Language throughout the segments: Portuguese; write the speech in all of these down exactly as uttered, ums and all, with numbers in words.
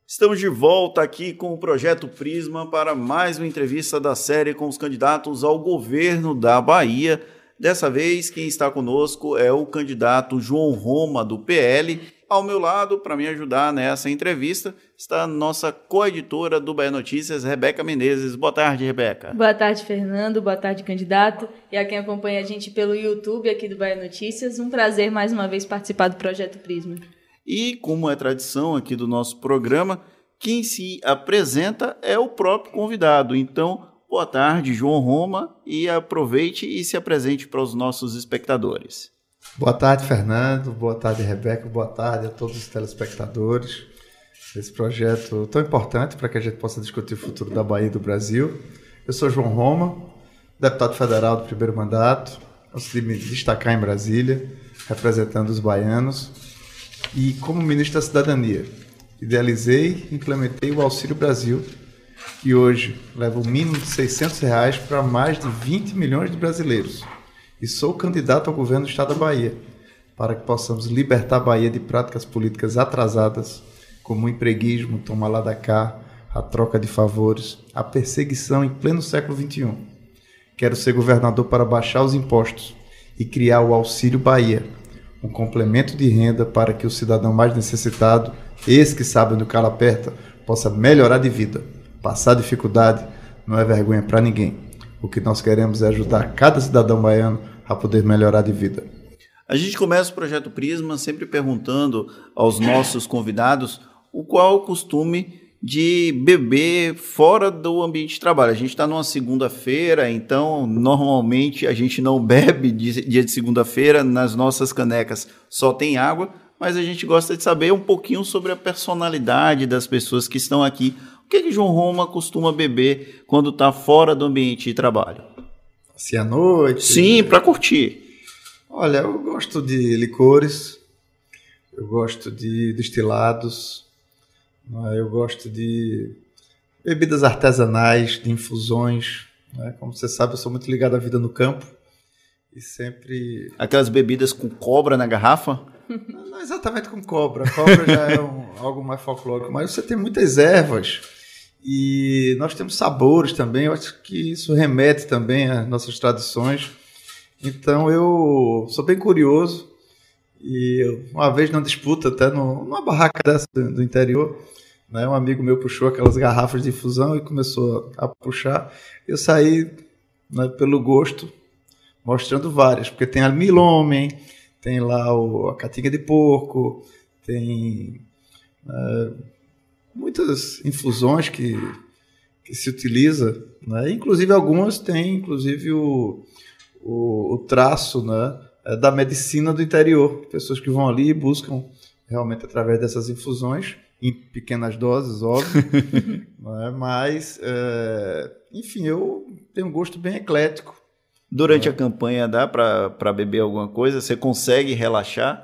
Estamos de volta aqui com o Projeto Prisma para mais uma entrevista da série com os candidatos ao governo da Bahia. Dessa vez, quem está conosco é o candidato João Roma, do P L. Ao meu lado, para me ajudar nessa entrevista, está a nossa coeditora do Bahia Notícias, Rebeca Menezes. Boa tarde, Rebeca. Boa tarde, Fernando. Boa tarde, candidato. E a quem acompanha a gente pelo YouTube aqui do Bahia Notícias, um prazer mais uma vez participar do Projeto Prisma. E, como é tradição aqui do nosso programa, quem se apresenta é o próprio convidado. Então, boa tarde, João Roma, e aproveite e se apresente para os nossos espectadores. Boa tarde, Fernando. Boa tarde, Rebeca. Boa tarde a todos os telespectadores desse projeto tão importante para que a gente possa discutir o futuro da Bahia e do Brasil. Eu sou João Roma, deputado federal do primeiro mandato, consegui me destacar em Brasília, representando os baianos, e como ministro da Cidadania, idealizei e implementei o Auxílio Brasil, que hoje leva o mínimo de seiscentos reais para mais de vinte milhões de brasileiros. E sou candidato ao governo do estado da Bahia, para que possamos libertar a Bahia de práticas políticas atrasadas, como o empreguismo, toma lá da cá, a troca de favores, a perseguição em pleno século vinte e um. Quero ser governador para baixar os impostos e criar o Auxílio Bahia, um complemento de renda para que o cidadão mais necessitado, esse que sabe onde o calo aperta, possa melhorar de vida. Passar dificuldade não é vergonha para ninguém. O que nós queremos é ajudar cada cidadão baiano a poder melhorar de vida. A gente começa o Projeto Prisma sempre perguntando aos nossos convidados o qual é o costume de beber fora do ambiente de trabalho. A gente está numa segunda-feira, então normalmente a gente não bebe dia de segunda-feira, nas nossas canecas só tem água, mas a gente gosta de saber um pouquinho sobre a personalidade das pessoas que estão aqui. O que, que João Roma costuma beber quando está fora do ambiente de trabalho? Se à noite? Sim, para curtir. Olha, eu gosto de licores, eu gosto de destilados, eu gosto de bebidas artesanais, de infusões. Né? Como você sabe, eu sou muito ligado à vida no campo e sempre... Aquelas bebidas com cobra na garrafa? Não, não exatamente com cobra. Cobra já é um, algo mais folclórico, mas você tem muitas ervas e nós temos sabores também. Eu acho que isso remete também às nossas tradições. Então eu sou bem curioso e uma vez numa disputa até no, numa barraca dessa do, do interior, né, um amigo meu puxou aquelas garrafas de infusão e começou a puxar. Eu saí, né, pelo gosto, mostrando várias, porque tem a milhomem, tem lá o, a catinga de porco, tem é, muitas infusões que, que se utiliza, né? Inclusive algumas têm inclusive o, o, o traço, né, da medicina do interior, pessoas que vão ali e buscam realmente através dessas infusões, em pequenas doses, óbvio, né? Mas, é, enfim, eu tenho um gosto bem eclético. Durante é. a campanha dá para beber alguma coisa? Você consegue relaxar?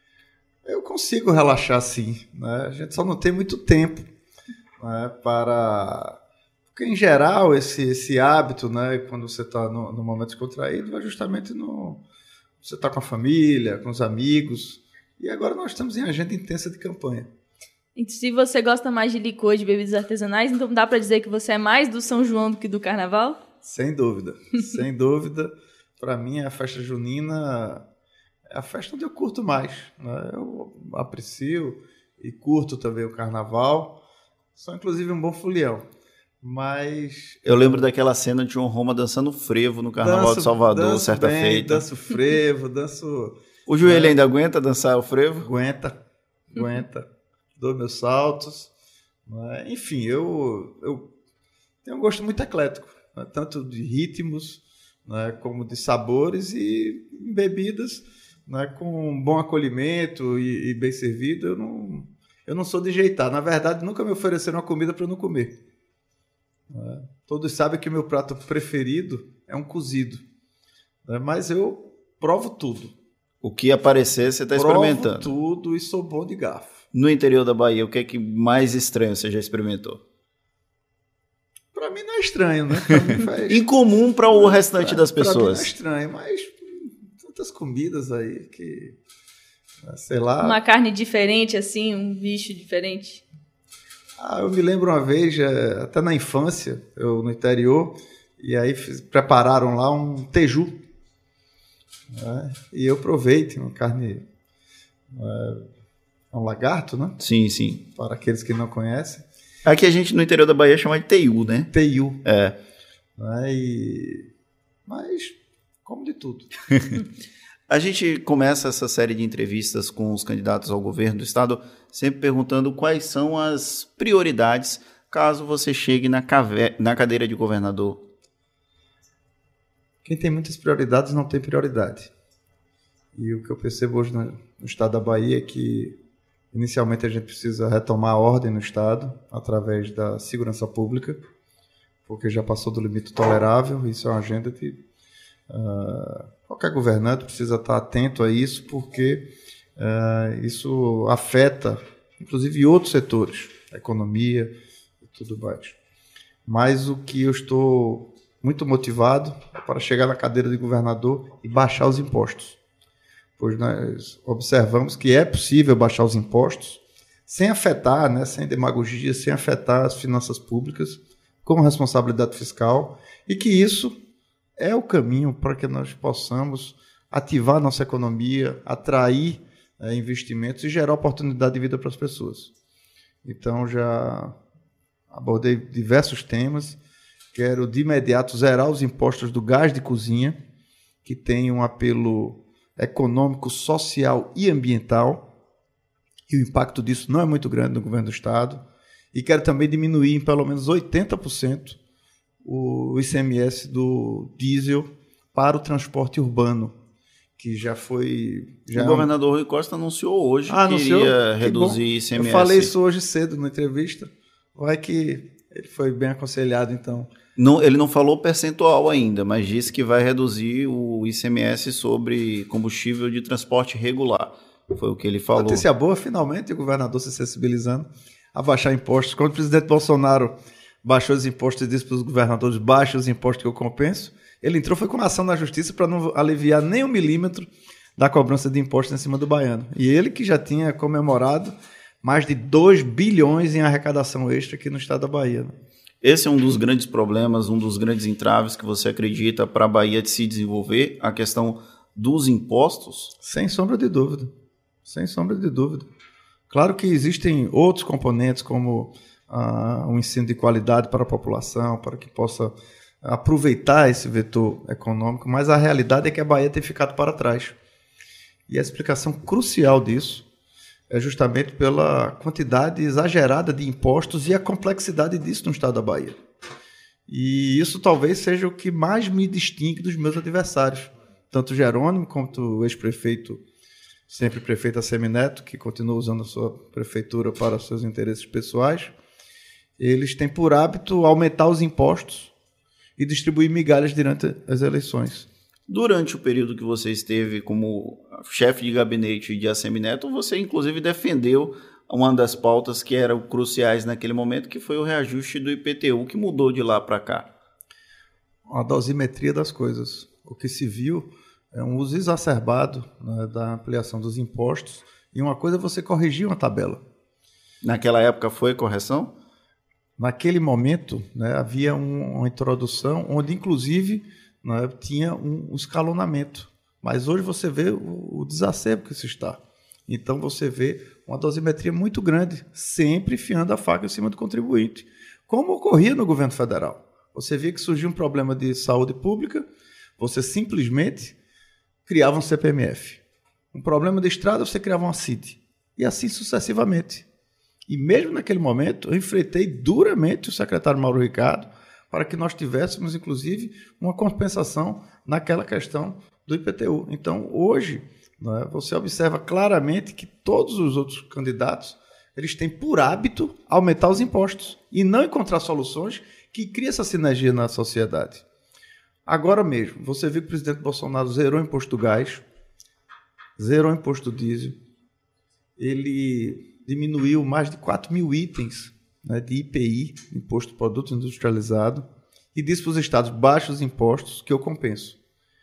Eu consigo relaxar, sim. Né? A gente só não tem muito tempo, né, para... Porque, em geral, esse, esse hábito, né, quando você está no, no momento descontraído, é justamente no... Você está com a família, com os amigos. E agora nós estamos em agenda intensa de campanha. E se você gosta mais de licor, de bebidas artesanais, então dá para dizer que você é mais do São João do que do Carnaval? Sem dúvida, sem dúvida. Para mim, a festa junina é a festa onde eu curto mais. Né? Eu aprecio e curto também o Carnaval. Sou, inclusive, um bom folião. Mas... Eu lembro daquela cena de João Roma dançando frevo no Carnaval danço, de Salvador, danço certa bem, feita. Danço frevo, danço... O joelho é, ainda aguenta dançar o frevo? Aguenta, aguenta. Dou meus saltos. Né? Enfim, eu, eu tenho um gosto muito eclético. Né? Tanto de ritmos, né, como de sabores e bebidas, né, com um bom acolhimento e, e bem servido. Eu não, eu não sou de jeitar. Na verdade, nunca me ofereceram uma comida para eu não comer. Né? Todos sabem que o meu prato preferido é um cozido. Né? Mas eu provo tudo. O que aparecer, você está experimentando. Provo tudo e sou bom de garfo. No interior da Bahia, o que é que mais estranho você já experimentou? Para mim não é estranho, né? Pra mim faz... Incomum para o restante pra, das pessoas. Para mim não é estranho, mas tantas comidas aí que, sei lá... Uma carne diferente, assim, um bicho diferente? Ah, eu me lembro uma vez, até na infância, eu no interior, e aí fiz, prepararam lá um teju. Né? E eu provei, tinha uma carne... É um lagarto, né? Sim, sim. Para aqueles que não conhecem. Aqui a gente no interior da Bahia chama de teiu, né? Teiu. É. Né? E... Mas, como de tudo. A gente começa essa série de entrevistas com os candidatos ao governo do estado sempre perguntando quais são as prioridades caso você chegue na, cave... na cadeira de governador. Quem tem muitas prioridades não tem prioridade. E o que eu percebo hoje no estado da Bahia é que, inicialmente, a gente precisa retomar a ordem no estado através da segurança pública, porque já passou do limite tolerável. Isso é uma agenda que uh, qualquer governante precisa estar atento a isso, porque uh, isso afeta, inclusive, outros setores, a economia e tudo mais. Mas o que eu estou muito motivado é para chegar na cadeira de governador e baixar os impostos. Pois nós observamos que é possível baixar os impostos sem afetar, né, sem demagogia, sem afetar as finanças públicas, com responsabilidade fiscal, e que isso é o caminho para que nós possamos ativar nossa economia, atrair é, investimentos e gerar oportunidade de vida para as pessoas. Então, já abordei diversos temas. Quero, de imediato, zerar os impostos do gás de cozinha, que tem um apelo econômico, social e ambiental, e o impacto disso não é muito grande no governo do estado. E quero também diminuir em pelo menos oitenta por cento o I C M S do diesel para o transporte urbano, que já foi... Já o governador Rui Costa anunciou hoje ah, que anunciou? iria que reduzir bom. I C M S. Eu falei isso hoje cedo na entrevista. Vai que ele foi bem aconselhado, então... Não, ele não falou percentual ainda, mas disse que vai reduzir o I C M S sobre combustível de transporte regular. Foi o que ele falou. Notícia boa, finalmente, o governador se sensibilizando a baixar impostos. Quando o presidente Bolsonaro baixou os impostos e disse para os governadores: baixa os impostos que eu compenso, ele entrou foi com uma ação na justiça para não aliviar nem um milímetro da cobrança de impostos em cima do baiano. E ele que já tinha comemorado mais de dois bilhões em arrecadação extra aqui no estado da Bahia. Esse é um dos grandes problemas, um dos grandes entraves que você acredita para a Bahia de se desenvolver, a questão dos impostos? Sem sombra de dúvida. Sem sombra de dúvida. Claro que existem outros componentes, como ah, um ensino de qualidade para a população, para que possa aproveitar esse vetor econômico, mas a realidade é que a Bahia tem ficado para trás. E a explicação crucial disso é justamente pela quantidade exagerada de impostos e a complexidade disso no estado da Bahia. E isso talvez seja o que mais me distingue dos meus adversários, tanto Jerônimo quanto o ex-prefeito, sempre prefeito Assemineto, que continua usando a sua prefeitura para seus interesses pessoais. Eles têm por hábito aumentar os impostos e distribuir migalhas durante as eleições. Durante o período que você esteve como chefe de gabinete de Assemineto, você inclusive defendeu uma das pautas que eram cruciais naquele momento, que foi o reajuste do I P T U, que mudou de lá para cá. A dosimetria das coisas. O que se viu é um uso exacerbado, né, da ampliação dos impostos, e uma coisa é você corrigir uma tabela. Naquela época foi correção? Naquele momento, né, havia um, uma introdução onde, inclusive, né, tinha um, um escalonamento. Mas hoje você vê o, o desacervo que se está. Então você vê uma dosimetria muito grande, sempre enfiando a faca em cima do contribuinte. Como ocorria no governo federal. Você via que surgia um problema de saúde pública, você simplesmente criava um C P M F. Um problema de estrada, você criava uma C I D. E assim sucessivamente. E mesmo naquele momento, eu enfrentei duramente o secretário Mauro Ricardo para que nós tivéssemos, inclusive, uma compensação naquela questão do I P T U. Então, hoje, né, você observa claramente que todos os outros candidatos eles têm por hábito aumentar os impostos e não encontrar soluções que criem essa sinergia na sociedade. Agora mesmo, você viu que o presidente Bolsonaro zerou o imposto do gás, zerou o imposto do diesel, ele diminuiu mais de quatro mil itens, né, de I P I, Imposto de Produto Industrializado, e disse para os estados: baixa os impostos que eu compenso.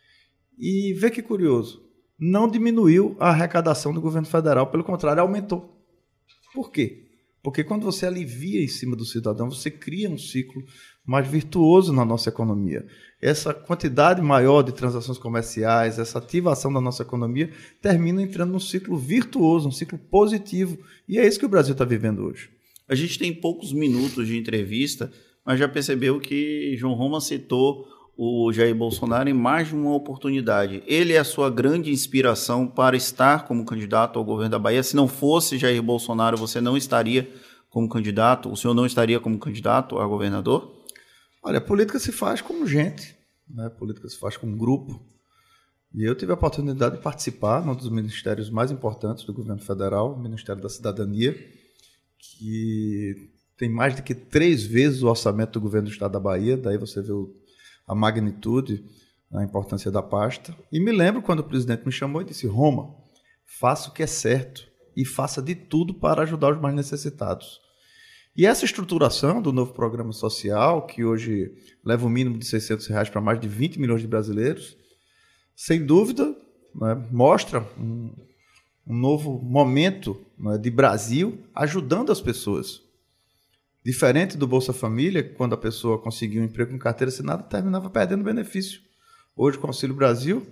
E vê que curioso, não diminuiu a arrecadação do governo federal, pelo contrário, aumentou. Por quê? Porque quando você alivia em cima do cidadão, você cria um ciclo mais virtuoso na nossa economia. Essa quantidade maior de transações comerciais, essa ativação da nossa economia, termina entrando num ciclo virtuoso, um ciclo positivo. E é isso que o Brasil está vivendo hoje. A gente tem poucos minutos de entrevista, mas já percebeu que João Roma citou o Jair Bolsonaro em mais de uma oportunidade. Ele é a sua grande inspiração para estar como candidato ao governo da Bahia. Se não fosse Jair Bolsonaro, você não estaria como candidato? O senhor não estaria como candidato a governador? Olha, a política se faz como gente, né? A política se faz como grupo. E eu tive a oportunidade de participar num dos ministérios mais importantes do governo federal, o Ministério da Cidadania, que tem mais de que três vezes o orçamento do governo do estado da Bahia. Daí você vê o, a magnitude, a importância da pasta. E me lembro quando o presidente me chamou e disse: Roma, faça o que é certo e faça de tudo para ajudar os mais necessitados. E essa estruturação do novo programa social, que hoje leva um mínimo de seiscentos reais para mais de vinte milhões de brasileiros, sem dúvida, né, mostra um, um novo momento, né, de Brasil ajudando as pessoas. Diferente do Bolsa Família, quando a pessoa conseguia um emprego com carteira assinada, terminava perdendo benefício. Hoje, com o Auxílio Brasil,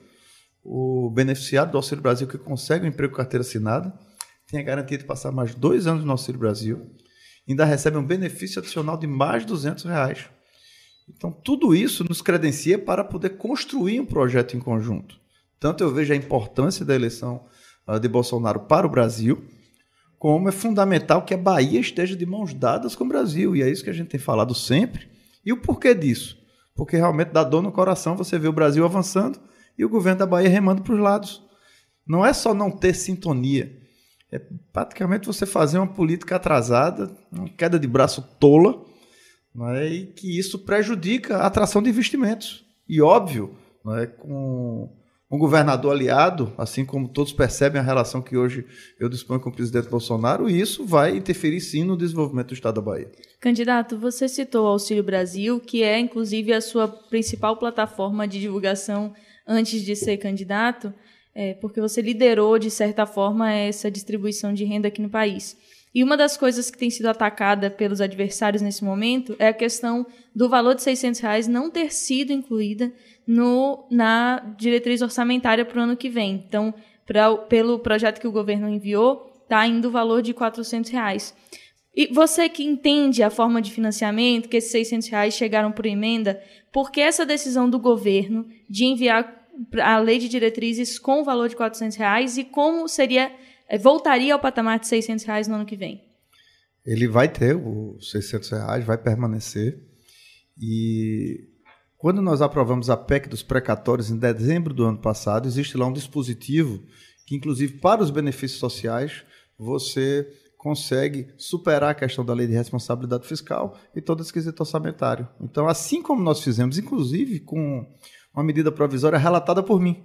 o beneficiário do Auxílio Brasil que consegue um emprego com carteira assinada tem a garantia de passar mais dois anos no Auxílio Brasil, ainda recebe um benefício adicional de mais de duzentos reais. Então, tudo isso nos credencia para poder construir um projeto em conjunto. Tanto eu vejo a importância da eleição uh, de Bolsonaro para o Brasil, como é fundamental que a Bahia esteja de mãos dadas com o Brasil. E é isso que a gente tem falado sempre. E o porquê disso? Porque realmente dá dor no coração você ver o Brasil avançando e o governo da Bahia remando para os lados. Não é só não ter sintonia. É praticamente você fazer uma política atrasada, uma queda de braço tola, não é? E que isso prejudica a atração de investimentos. E óbvio, não é? Com um governador aliado, assim como todos percebem a relação que hoje eu disponho com o presidente Bolsonaro, e isso vai interferir sim no desenvolvimento do estado da Bahia. Candidato, você citou o Auxílio Brasil, que é inclusive a sua principal plataforma de divulgação antes de ser candidato. É, porque você liderou, de certa forma, essa distribuição de renda aqui no país. E uma das coisas que tem sido atacada pelos adversários nesse momento é a questão do valor de seiscentos reais não ter sido incluída no, na diretriz orçamentária para o ano que vem. Então, pra, pelo projeto que o governo enviou, está indo o valor de quatrocentos reais. E você que entende a forma de financiamento, que esses seiscentos reais chegaram por emenda, por que essa decisão do governo de enviar a lei de diretrizes com o valor de quatrocentos reais e como seria, voltaria ao patamar de seiscentos reais no ano que vem? Ele vai ter os seiscentos reais, vai permanecer. E quando nós aprovamos a P E C dos precatórios em dezembro do ano passado, existe lá um dispositivo que, inclusive, para os benefícios sociais, você consegue superar a questão da lei de responsabilidade fiscal e todo esse quesito orçamentário. Então, assim como nós fizemos, inclusive com uma medida provisória relatada por mim.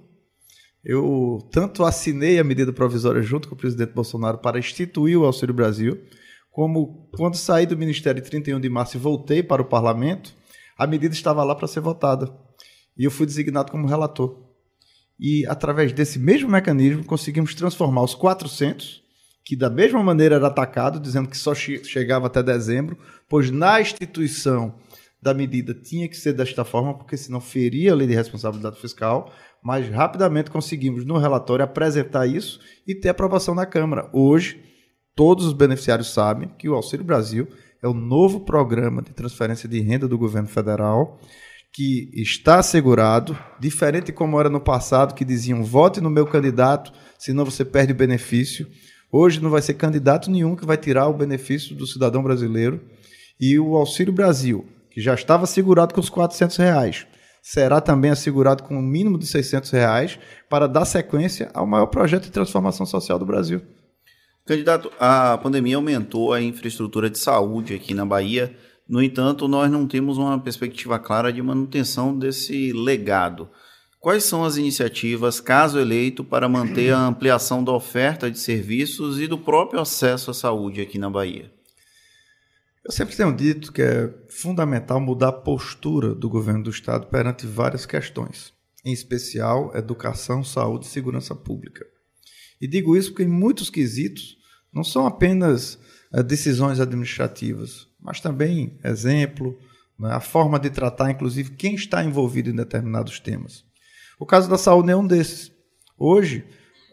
Eu tanto assinei a medida provisória junto com o presidente Bolsonaro para instituir o Auxílio Brasil, como quando saí do Ministério em trinta e um de março e voltei para o Parlamento, a medida estava lá para ser votada. E eu fui designado como relator. E, através desse mesmo mecanismo, conseguimos transformar os quatrocentos, que da mesma maneira era atacado, dizendo que só che- chegava até dezembro, pois na instituição da medida tinha que ser desta forma, porque senão feria a lei de responsabilidade fiscal, mas rapidamente conseguimos no relatório apresentar isso e ter aprovação na Câmara. Hoje, todos os beneficiários sabem que o Auxílio Brasil é o novo programa de transferência de renda do governo federal, que está assegurado, diferente como era no passado, que diziam vote no meu candidato, senão você perde o benefício. Hoje não vai ser candidato nenhum que vai tirar o benefício do cidadão brasileiro. E o Auxílio Brasil, que já estava assegurado com os quatrocentos reais, será também assegurado com um mínimo de seiscentos reais para dar sequência ao maior projeto de transformação social do Brasil. Candidato, a pandemia aumentou a infraestrutura de saúde aqui na Bahia. No entanto, nós não temos uma perspectiva clara de manutenção desse legado. Quais são as iniciativas, caso eleito, para manter a ampliação da oferta de serviços e do próprio acesso à saúde aqui na Bahia? Eu sempre tenho dito que é fundamental mudar a postura do governo do Estado perante várias questões, em especial educação, saúde e segurança pública. E digo isso porque em muitos quesitos não são apenas decisões administrativas, mas também exemplo, né, a forma de tratar, inclusive, quem está envolvido em determinados temas. O caso da saúde é um desses. Hoje,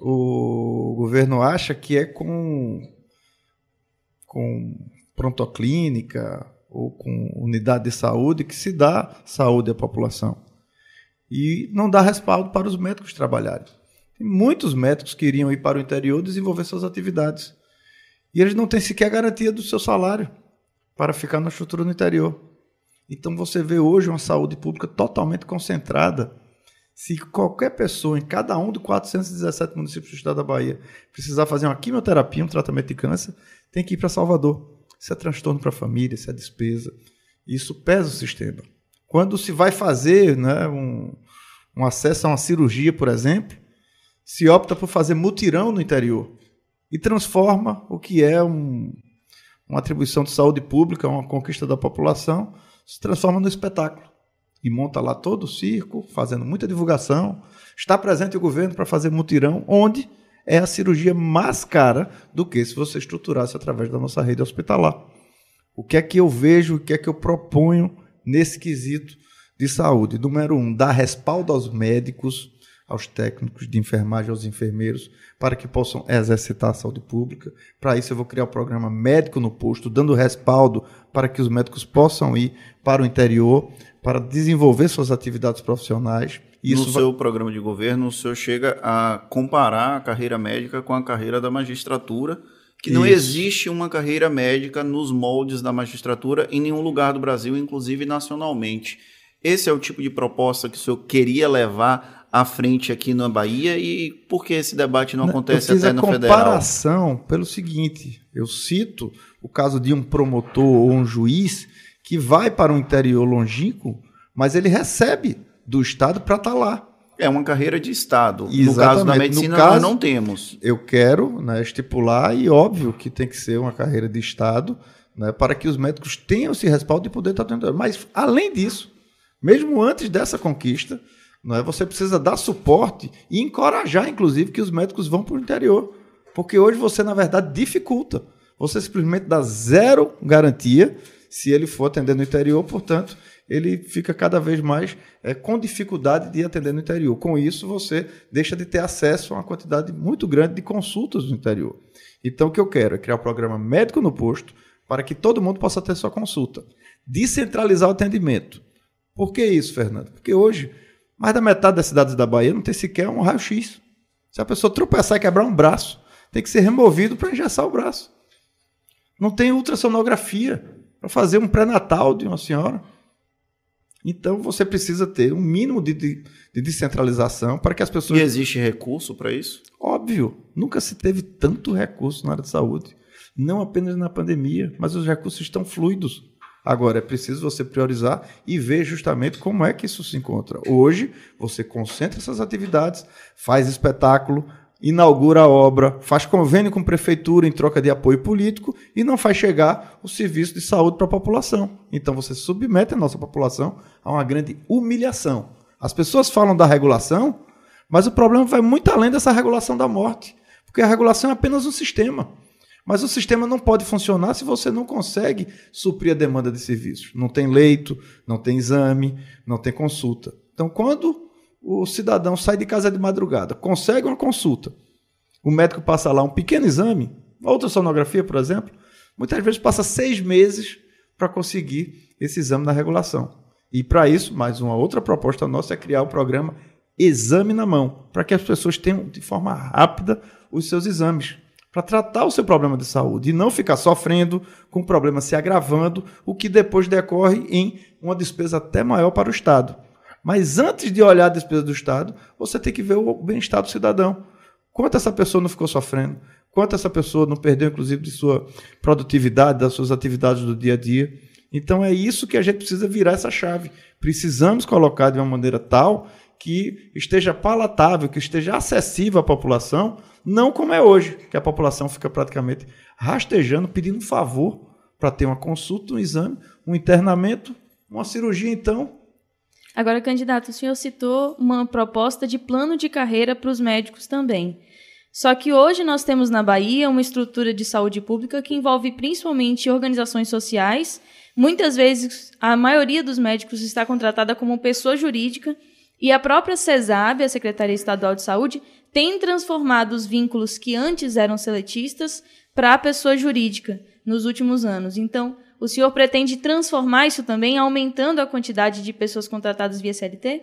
o governo acha que é com, com prontoclínica ou com unidade de saúde que se dá saúde à população. E não dá respaldo para os médicos trabalharem. Tem muitos médicos que iriam ir para o interior desenvolver suas atividades. E eles não têm sequer garantia do seu salário para ficar na estrutura no interior. Então você vê hoje uma saúde pública totalmente concentrada. Se qualquer pessoa em cada um dos quatrocentos e dezessete municípios do estado da Bahia precisar fazer uma quimioterapia, um tratamento de câncer, tem que ir para Salvador. Isso é transtorno para a família, isso é despesa. Isso pesa o sistema. Quando se vai fazer, né, um, um acesso a uma cirurgia, por exemplo, se opta por fazer mutirão no interior e transforma o que é um, uma atribuição de saúde pública, uma conquista da população, se transforma no espetáculo. E monta lá todo o circo, fazendo muita divulgação. Está presente o governo para fazer mutirão, onde é a cirurgia mais cara do que se você estruturasse através da nossa rede hospitalar. O que é que eu vejo, o que é que eu proponho nesse quesito de saúde? Número um, dar respaldo aos médicos, aos técnicos de enfermagem, aos enfermeiros, para que possam exercitar a saúde pública. Para isso eu vou criar o programa Médico no Posto, dando respaldo para que os médicos possam ir para o interior, para desenvolver suas atividades profissionais. Isso no vai... seu programa de governo, o senhor chega a comparar a carreira médica com a carreira da magistratura, que não Isso. existe uma carreira médica nos moldes da magistratura em nenhum lugar do Brasil, inclusive nacionalmente. Esse é o tipo de proposta que o senhor queria levar à frente aqui na Bahia, e por que esse debate não acontece até no federal? Eu fiz a comparação pelo seguinte, eu cito o caso de um promotor ou um juiz que vai para um interior longínquo, mas ele recebe do Estado para estar lá. É uma carreira de Estado. Exatamente. No caso da medicina, caso, nós não temos. Eu quero, né, estipular, e óbvio que tem que ser uma carreira de Estado, né, para que os médicos tenham esse respaldo de poder estar atendendo. Mas, além disso, mesmo antes dessa conquista, né, você precisa dar suporte e encorajar, inclusive, que os médicos vão para o interior. Porque hoje você, na verdade, dificulta. Você simplesmente dá zero garantia se ele for atender no interior, portanto, ele fica cada vez mais é, com dificuldade de atender no interior. Com isso, você deixa de ter acesso a uma quantidade muito grande de consultas no interior. Então, o que eu quero é criar o programa Médico no Posto para que todo mundo possa ter sua consulta. Descentralizar o atendimento. Por que isso, Fernando? Porque hoje, mais da metade das cidades da Bahia não tem sequer um raio-x. Se a pessoa tropeçar e quebrar um braço, tem que ser removido para engessar o braço. Não tem ultrassonografia para fazer um pré-natal de uma senhora. Então, você precisa ter um mínimo de, de, de descentralização para que as pessoas... E existe recurso para isso? Óbvio. Nunca se teve tanto recurso na área de saúde. Não apenas na pandemia, mas os recursos estão fluidos. Agora, é preciso você priorizar e ver justamente como é que isso se encontra. Hoje, você concentra essas atividades, faz espetáculo, inaugura a obra, faz convênio com a prefeitura em troca de apoio político e não faz chegar o serviço de saúde para a população. Então você submete a nossa população a uma grande humilhação. As pessoas falam da regulação, mas o problema vai muito além dessa regulação da morte, porque a regulação é apenas um sistema. Mas o sistema não pode funcionar se você não consegue suprir a demanda de serviços. Não tem leito, não tem exame, não tem consulta. Então, quando o cidadão sai de casa de madrugada, consegue uma consulta, o médico passa lá um pequeno exame, ultrassonografia, por exemplo, muitas vezes passa seis meses para conseguir esse exame na regulação. E para isso, mais uma outra proposta nossa é criar o programa Exame na Mão, para que as pessoas tenham de forma rápida os seus exames, para tratar o seu problema de saúde e não ficar sofrendo, com o problema se agravando, o que depois decorre em uma despesa até maior para o Estado. Mas antes de olhar a despesa do Estado, você tem que ver o bem-estar do cidadão. Quanto essa pessoa não ficou sofrendo? Quanto essa pessoa não perdeu, inclusive, de sua produtividade, das suas atividades do dia a dia? Então é isso que a gente precisa virar essa chave. Precisamos colocar de uma maneira tal que esteja palatável, que esteja acessível à população, não como é hoje, que a população fica praticamente rastejando, pedindo um favor para ter uma consulta, um exame, um internamento, uma cirurgia, então. Agora, candidato, o senhor citou uma proposta de plano de carreira para os médicos também. Só que hoje nós temos na Bahia uma estrutura de saúde pública que envolve principalmente organizações sociais. Muitas vezes, a maioria dos médicos está contratada como pessoa jurídica e a própria CESAB, a Secretaria Estadual de Saúde, tem transformado os vínculos que antes eram seletistas para a pessoa jurídica nos últimos anos. Então, o senhor pretende transformar isso também, aumentando a quantidade de pessoas contratadas via C L T?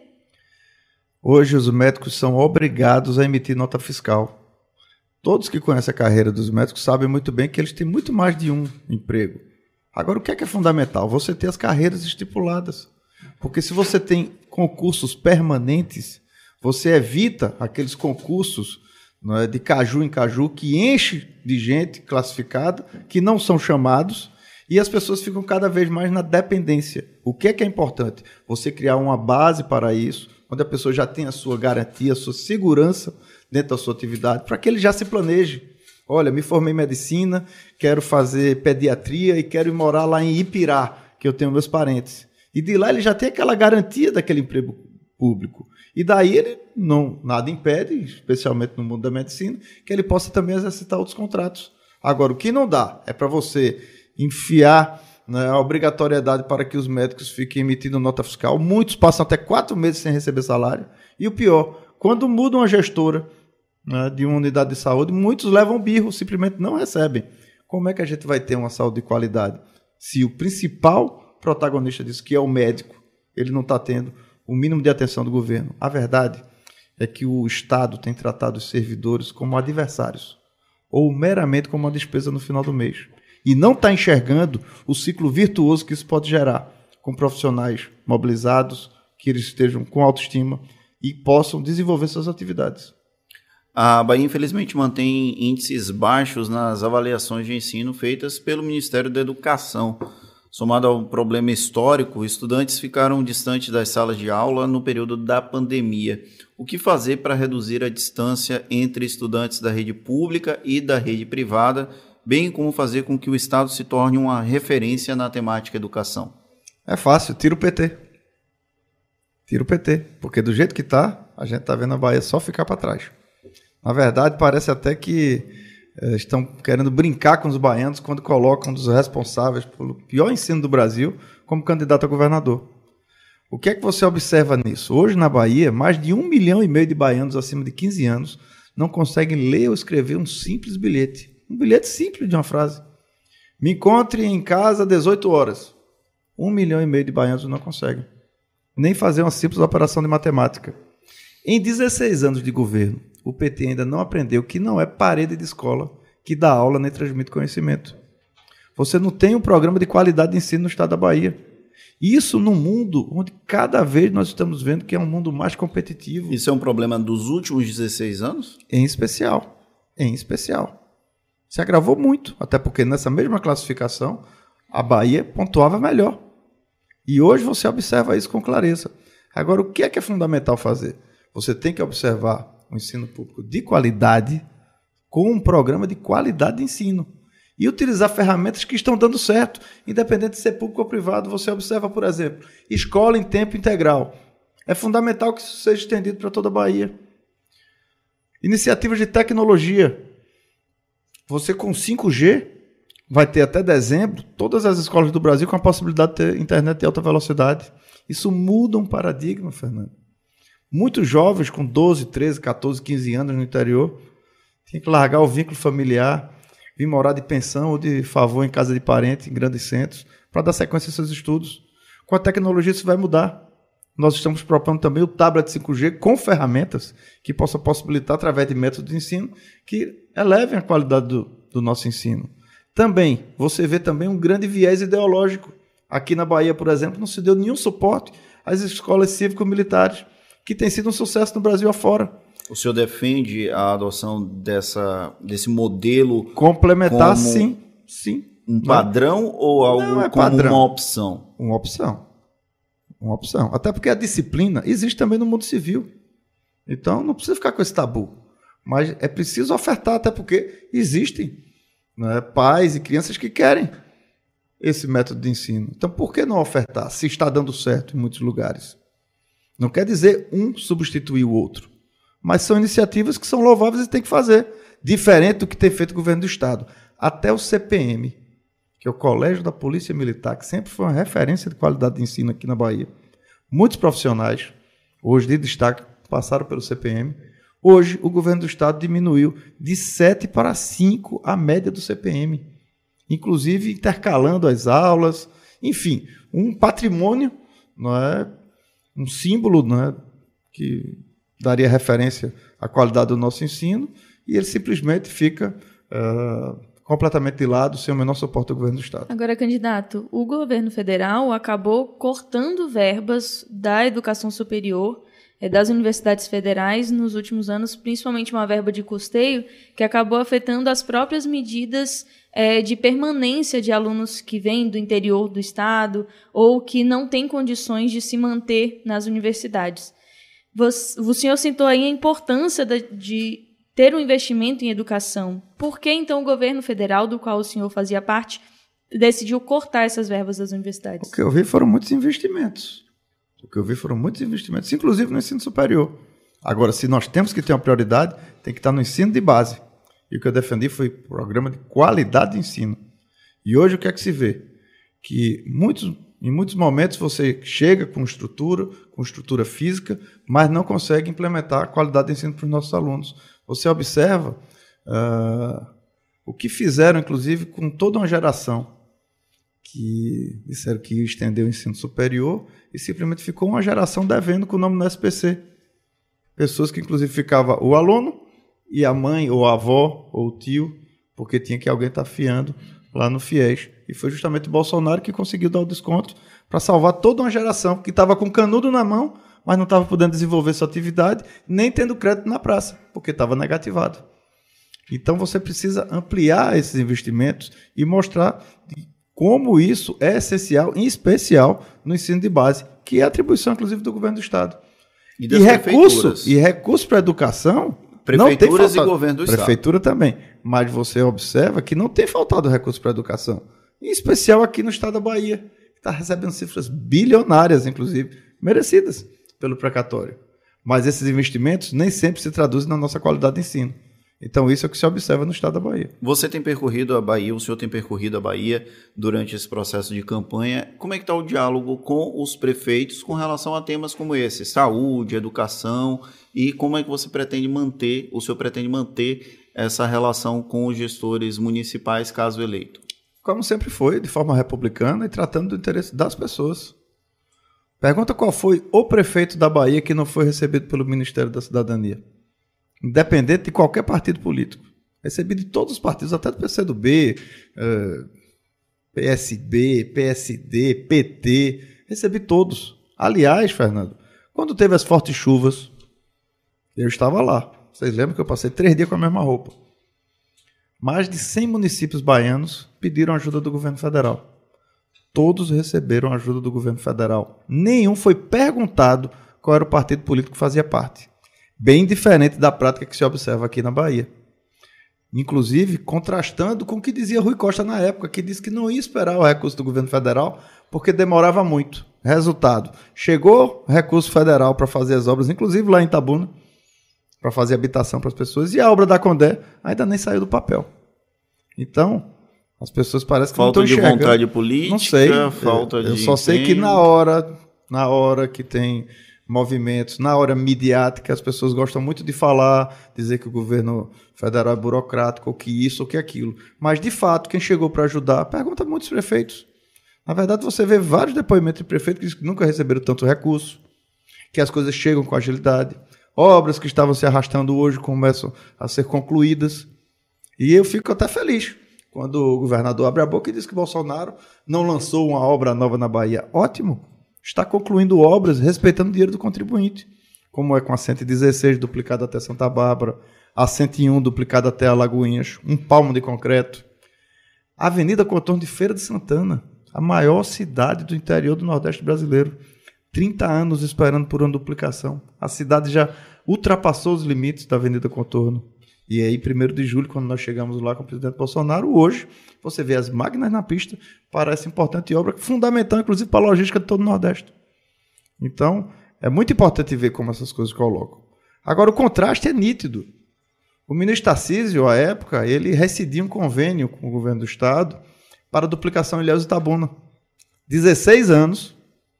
Hoje, os médicos são obrigados a emitir nota fiscal. Todos que conhecem a carreira dos médicos sabem muito bem que eles têm muito mais de um emprego. Agora, o que é que é fundamental? Você ter as carreiras estipuladas. Porque se você tem concursos permanentes, você evita aqueles concursos, não é, de caju em caju, que enche de gente classificada, que não são chamados, e as pessoas ficam cada vez mais na dependência. O que é que é importante? Você criar uma base para isso, onde a pessoa já tem a sua garantia, a sua segurança dentro da sua atividade, para que ele já se planeje. Olha, me formei em medicina, quero fazer pediatria e quero ir morar lá em Ipirá, que eu tenho meus parentes. E de lá ele já tem aquela garantia daquele emprego público. E daí ele não, nada impede, especialmente no mundo da medicina, que ele possa também exercitar outros contratos. Agora, o que não dá é para você enfiar, né, a obrigatoriedade para que os médicos fiquem emitindo nota fiscal. Muitos passam até quatro meses sem receber salário. E o pior, quando mudam a gestora, né, de uma unidade de saúde, muitos levam birro, simplesmente não recebem. Como é que a gente vai ter uma saúde de qualidade se o principal protagonista disso, que é o médico, ele não está tendo o mínimo de atenção do governo? A verdade é que o Estado tem tratado os servidores como adversários ou meramente como uma despesa no final do mês. E não está enxergando o ciclo virtuoso que isso pode gerar, com profissionais mobilizados, que eles estejam com autoestima e possam desenvolver suas atividades. A Bahia, infelizmente, mantém índices baixos nas avaliações de ensino feitas pelo Ministério da Educação. Somado ao problema histórico, estudantes ficaram distantes das salas de aula no período da pandemia. O que fazer para reduzir a distância entre estudantes da rede pública e da rede privada, bem como fazer com que o Estado se torne uma referência na temática educação? É fácil, tira o P T. Tira o P T, porque do jeito que está, a gente está vendo a Bahia só ficar para trás. Na verdade, parece até que eh, estão querendo brincar com os baianos quando colocam um dos responsáveis pelo pior ensino do Brasil como candidato a governador. O que é que você observa nisso? Hoje, na Bahia, mais de um milhão e meio de baianos acima de quinze anos não conseguem ler ou escrever um simples bilhete. Um bilhete simples de uma frase. Me encontre em casa às dezoito horas. Um milhão e meio de baianos não conseguem nem fazer uma simples operação de matemática. Em dezesseis anos de governo, o P T ainda não aprendeu que não é parede de escola que dá aula nem transmite conhecimento. Você não tem um programa de qualidade de ensino no estado da Bahia. Isso num mundo onde cada vez nós estamos vendo que é um mundo mais competitivo. Isso é um problema dos últimos dezesseis anos? Em especial. Em especial. Se agravou muito, até porque nessa mesma classificação a Bahia pontuava melhor. E hoje você observa isso com clareza. Agora, o que é que é fundamental fazer? Você tem que observar o ensino público de qualidade com um programa de qualidade de ensino e utilizar ferramentas que estão dando certo, independente de ser público ou privado. Você observa, por exemplo, escola em tempo integral. É fundamental que isso seja estendido para toda a Bahia. Iniciativas de tecnologia. Você com cinco G vai ter até dezembro todas as escolas do Brasil com a possibilidade de ter internet de alta velocidade. Isso muda um paradigma, Fernando. Muitos jovens com doze, treze, catorze, quinze anos no interior tinham que largar o vínculo familiar, vir morar de pensão ou de favor em casa de parente, em grandes centros, para dar sequência aos seus estudos. Com a tecnologia isso vai mudar. Nós estamos propondo também o tablet cinco G com ferramentas que possam possibilitar, através de métodos de ensino, que elevem a qualidade do, do nosso ensino. Também, você vê também um grande viés ideológico. Aqui na Bahia, por exemplo, não se deu nenhum suporte às escolas cívico-militares, que tem sido um sucesso no Brasil afora. O senhor defende a adoção dessa, desse modelo complementar, como sim, sim. Um padrão não, ou algo não é como padrão. Uma opção? Uma opção. Uma opção. Até porque a disciplina existe também no mundo civil. Então, não precisa ficar com esse tabu. Mas é preciso ofertar, até porque existem, né, pais e crianças que querem esse método de ensino. Então, por que não ofertar, se está dando certo em muitos lugares? Não quer dizer um substituir o outro, mas são iniciativas que são louváveis e tem que fazer. diferente do que tem feito o governo do Estado. Até o C P M, que é o Colégio da Polícia Militar, que sempre foi uma referência de qualidade de ensino aqui na Bahia. Muitos profissionais, hoje de destaque, passaram pelo C P M. Hoje, o governo do Estado diminuiu de sete para cinco a média do C P M, inclusive intercalando as aulas, enfim, um patrimônio, não é, um símbolo, não é, que daria referência à qualidade do nosso ensino, e ele simplesmente fica uh, completamente de lado, sem o menor suporte do governo do Estado. Agora, candidato, o governo federal acabou cortando verbas da educação superior, das universidades federais nos últimos anos, principalmente uma verba de custeio, que acabou afetando as próprias medidas é, de permanência de alunos que vêm do interior do estado ou que não têm condições de se manter nas universidades. Você, o senhor citou aí a importância de, de ter um investimento em educação. Por que, então, o governo federal, do qual o senhor fazia parte, decidiu cortar essas verbas das universidades? O que eu vi foram muitos investimentos. O que eu vi foram muitos investimentos, inclusive no ensino superior. Agora, se nós temos que ter uma prioridade, tem que estar no ensino de base. E o que eu defendi foi programa de qualidade de ensino. E hoje o que é que se vê? Que muitos, em muitos momentos você chega com estrutura, com estrutura física, mas não consegue implementar a qualidade de ensino para os nossos alunos. Você observa uh, o que fizeram, inclusive, com toda uma geração que disseram que ia estender o ensino superior e simplesmente ficou uma geração devendo com o nome do S P C. Pessoas que, inclusive, ficava o aluno e a mãe, ou a avó, ou o tio, porque tinha que alguém estar fiando lá no FIES. E foi justamente o Bolsonaro que conseguiu dar o desconto para salvar toda uma geração que estava com canudo na mão, mas não estava podendo desenvolver sua atividade, nem tendo crédito na praça, porque estava negativado. Então, você precisa ampliar esses investimentos e mostrar como isso é essencial, em especial no ensino de base, que é atribuição, inclusive, do governo do Estado. E das e recurso, e recurso para a educação... Prefeituras e governo do Estado. Prefeitura também. Mas você observa que não tem faltado recurso para a educação. Em especial aqui no estado da Bahia, que está recebendo cifras bilionárias, inclusive, merecidas pelo precatório. Mas esses investimentos nem sempre se traduzem na nossa qualidade de ensino. Então, isso é o que se observa no estado da Bahia. Você tem percorrido a Bahia, o senhor tem percorrido a Bahia durante esse processo de campanha. Como é que está o diálogo com os prefeitos com relação a temas como esse? Saúde, educação, e como é que você pretende manter, o senhor pretende manter essa relação com os gestores municipais, caso eleito? Como sempre foi, de forma republicana e tratando do interesse das pessoas. Pergunta qual foi o prefeito da Bahia que não foi recebido pelo Ministério da Cidadania. Independente de qualquer partido político. Recebi de todos os partidos, até do P C do B, uh, P S B, P S D, P T. Recebi todos. Aliás, Fernando, quando teve as fortes chuvas, eu estava lá. Vocês lembram que eu passei três dias com a mesma roupa. Mais de cem municípios baianos pediram ajuda do governo federal. Todos receberam ajuda do governo federal. Nenhum foi perguntado qual era o partido político que fazia parte. Bem diferente da prática que se observa aqui na Bahia. Inclusive, contrastando com o que dizia Rui Costa na época, que disse que não ia esperar o recurso do governo federal porque demorava muito. Resultado, chegou recurso federal para fazer as obras, inclusive lá em Itabuna, para fazer habitação para as pessoas, e a obra da Condé ainda nem saiu do papel. Então, as pessoas parecem que falta não estão enxergando. Falta de vontade política, não sei, falta eu, de Eu só empenho. sei que na hora, na hora que tem movimentos, na hora midiática, as pessoas gostam muito de falar, dizer que o governo federal é burocrático, ou que isso, ou que aquilo. Mas, de fato, quem chegou para ajudar, pergunta a muitos prefeitos. Na verdade, você vê vários depoimentos de prefeitos que nunca receberam tanto recurso, que as coisas chegam com agilidade, obras que estavam se arrastando hoje começam a ser concluídas. E eu fico até feliz quando o governador abre a boca e diz que Bolsonaro não lançou uma obra nova na Bahia. Ótimo! Está concluindo obras respeitando o dinheiro do contribuinte, como é com a cento e dezesseis duplicada até Santa Bárbara, a cento e um duplicada até Alagoinhas, um palmo de concreto. A Avenida Contorno de Feira de Santana, a maior cidade do interior do Nordeste brasileiro. trinta anos esperando por uma duplicação. A cidade já ultrapassou os limites da Avenida Contorno. E aí, primeiro de julho, quando nós chegamos lá com o presidente Bolsonaro, hoje, você vê as máquinas na pista para essa importante obra, fundamental, inclusive, para a logística de todo o Nordeste. Então, é muito importante ver como essas coisas colocam. Agora, o contraste é nítido. O ministro Tarcísio, à época, ele rescindiu um convênio com o governo do estado para a duplicação Ilhéus-Itabuna. dezesseis anos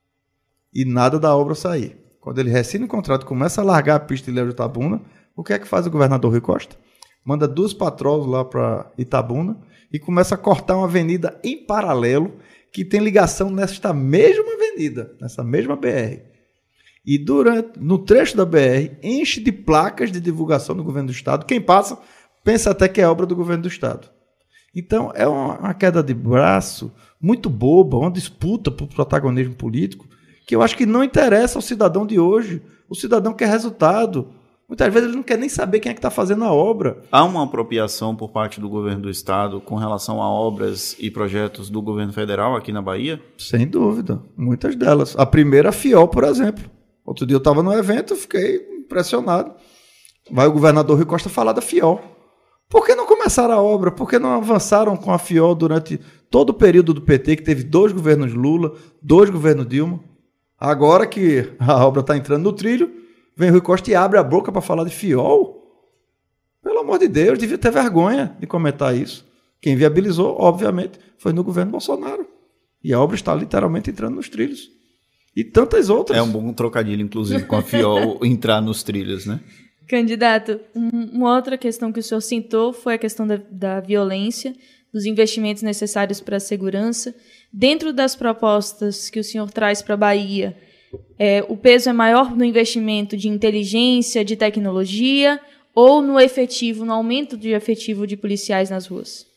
e nada da obra sair. Quando ele rescinde o contrato e começa a largar a pista de Ilhéus-Itabuna, o que é que faz o governador Rui Costa? Manda duas patroas lá para Itabuna e começa a cortar uma avenida em paralelo que tem ligação nesta mesma avenida, nessa mesma B R. E durante, no trecho da B R, enche de placas de divulgação do governo do estado. Quem passa, pensa até que é obra do governo do estado. Então, é uma, uma queda de braço muito boba, uma disputa por protagonismo político, que eu acho que não interessa ao cidadão de hoje. O cidadão quer resultado. Muitas vezes ele não quer nem saber quem é que está fazendo a obra. Há uma apropriação por parte do governo do estado com relação a obras e projetos do governo federal aqui na Bahia? Sem dúvida, muitas delas. A primeira, a FIOL, por exemplo. Outro dia eu estava no evento, eu fiquei impressionado. Vai o governador Rui Costa falar da FIOL. Por que não começaram a obra? Por que não avançaram com a FIOL durante todo o período do P T, que teve dois governos Lula, dois governos Dilma? Agora que a obra está entrando no trilho, vem Rui Costa e abre a boca para falar de FIOL? Pelo amor de Deus, devia ter vergonha de comentar isso. Quem viabilizou, obviamente, foi no governo Bolsonaro. E a obra está literalmente entrando nos trilhos. E tantas outras. É um bom trocadilho, inclusive, com a FIOL entrar nos trilhos, né? Candidato, um, uma outra questão que o senhor citou foi a questão da, da violência, dos investimentos necessários para a segurança. Dentro das propostas que o senhor traz para a Bahia, é, o peso é maior no investimento de inteligência, de tecnologia, ou no efetivo, no aumento de efetivo de policiais nas ruas?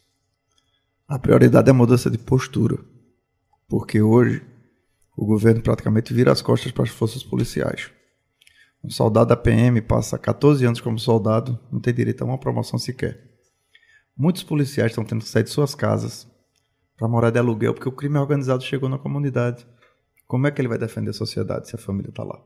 A prioridade é a mudança de postura. Porque hoje o governo praticamente vira as costas para as forças policiais. Um soldado da P M passa catorze anos como soldado, não tem direito a uma promoção sequer. Muitos policiais estão tendo que sair de suas casas para morar de aluguel porque o crime organizado chegou na comunidade. Como é que ele vai defender a sociedade se a família está lá?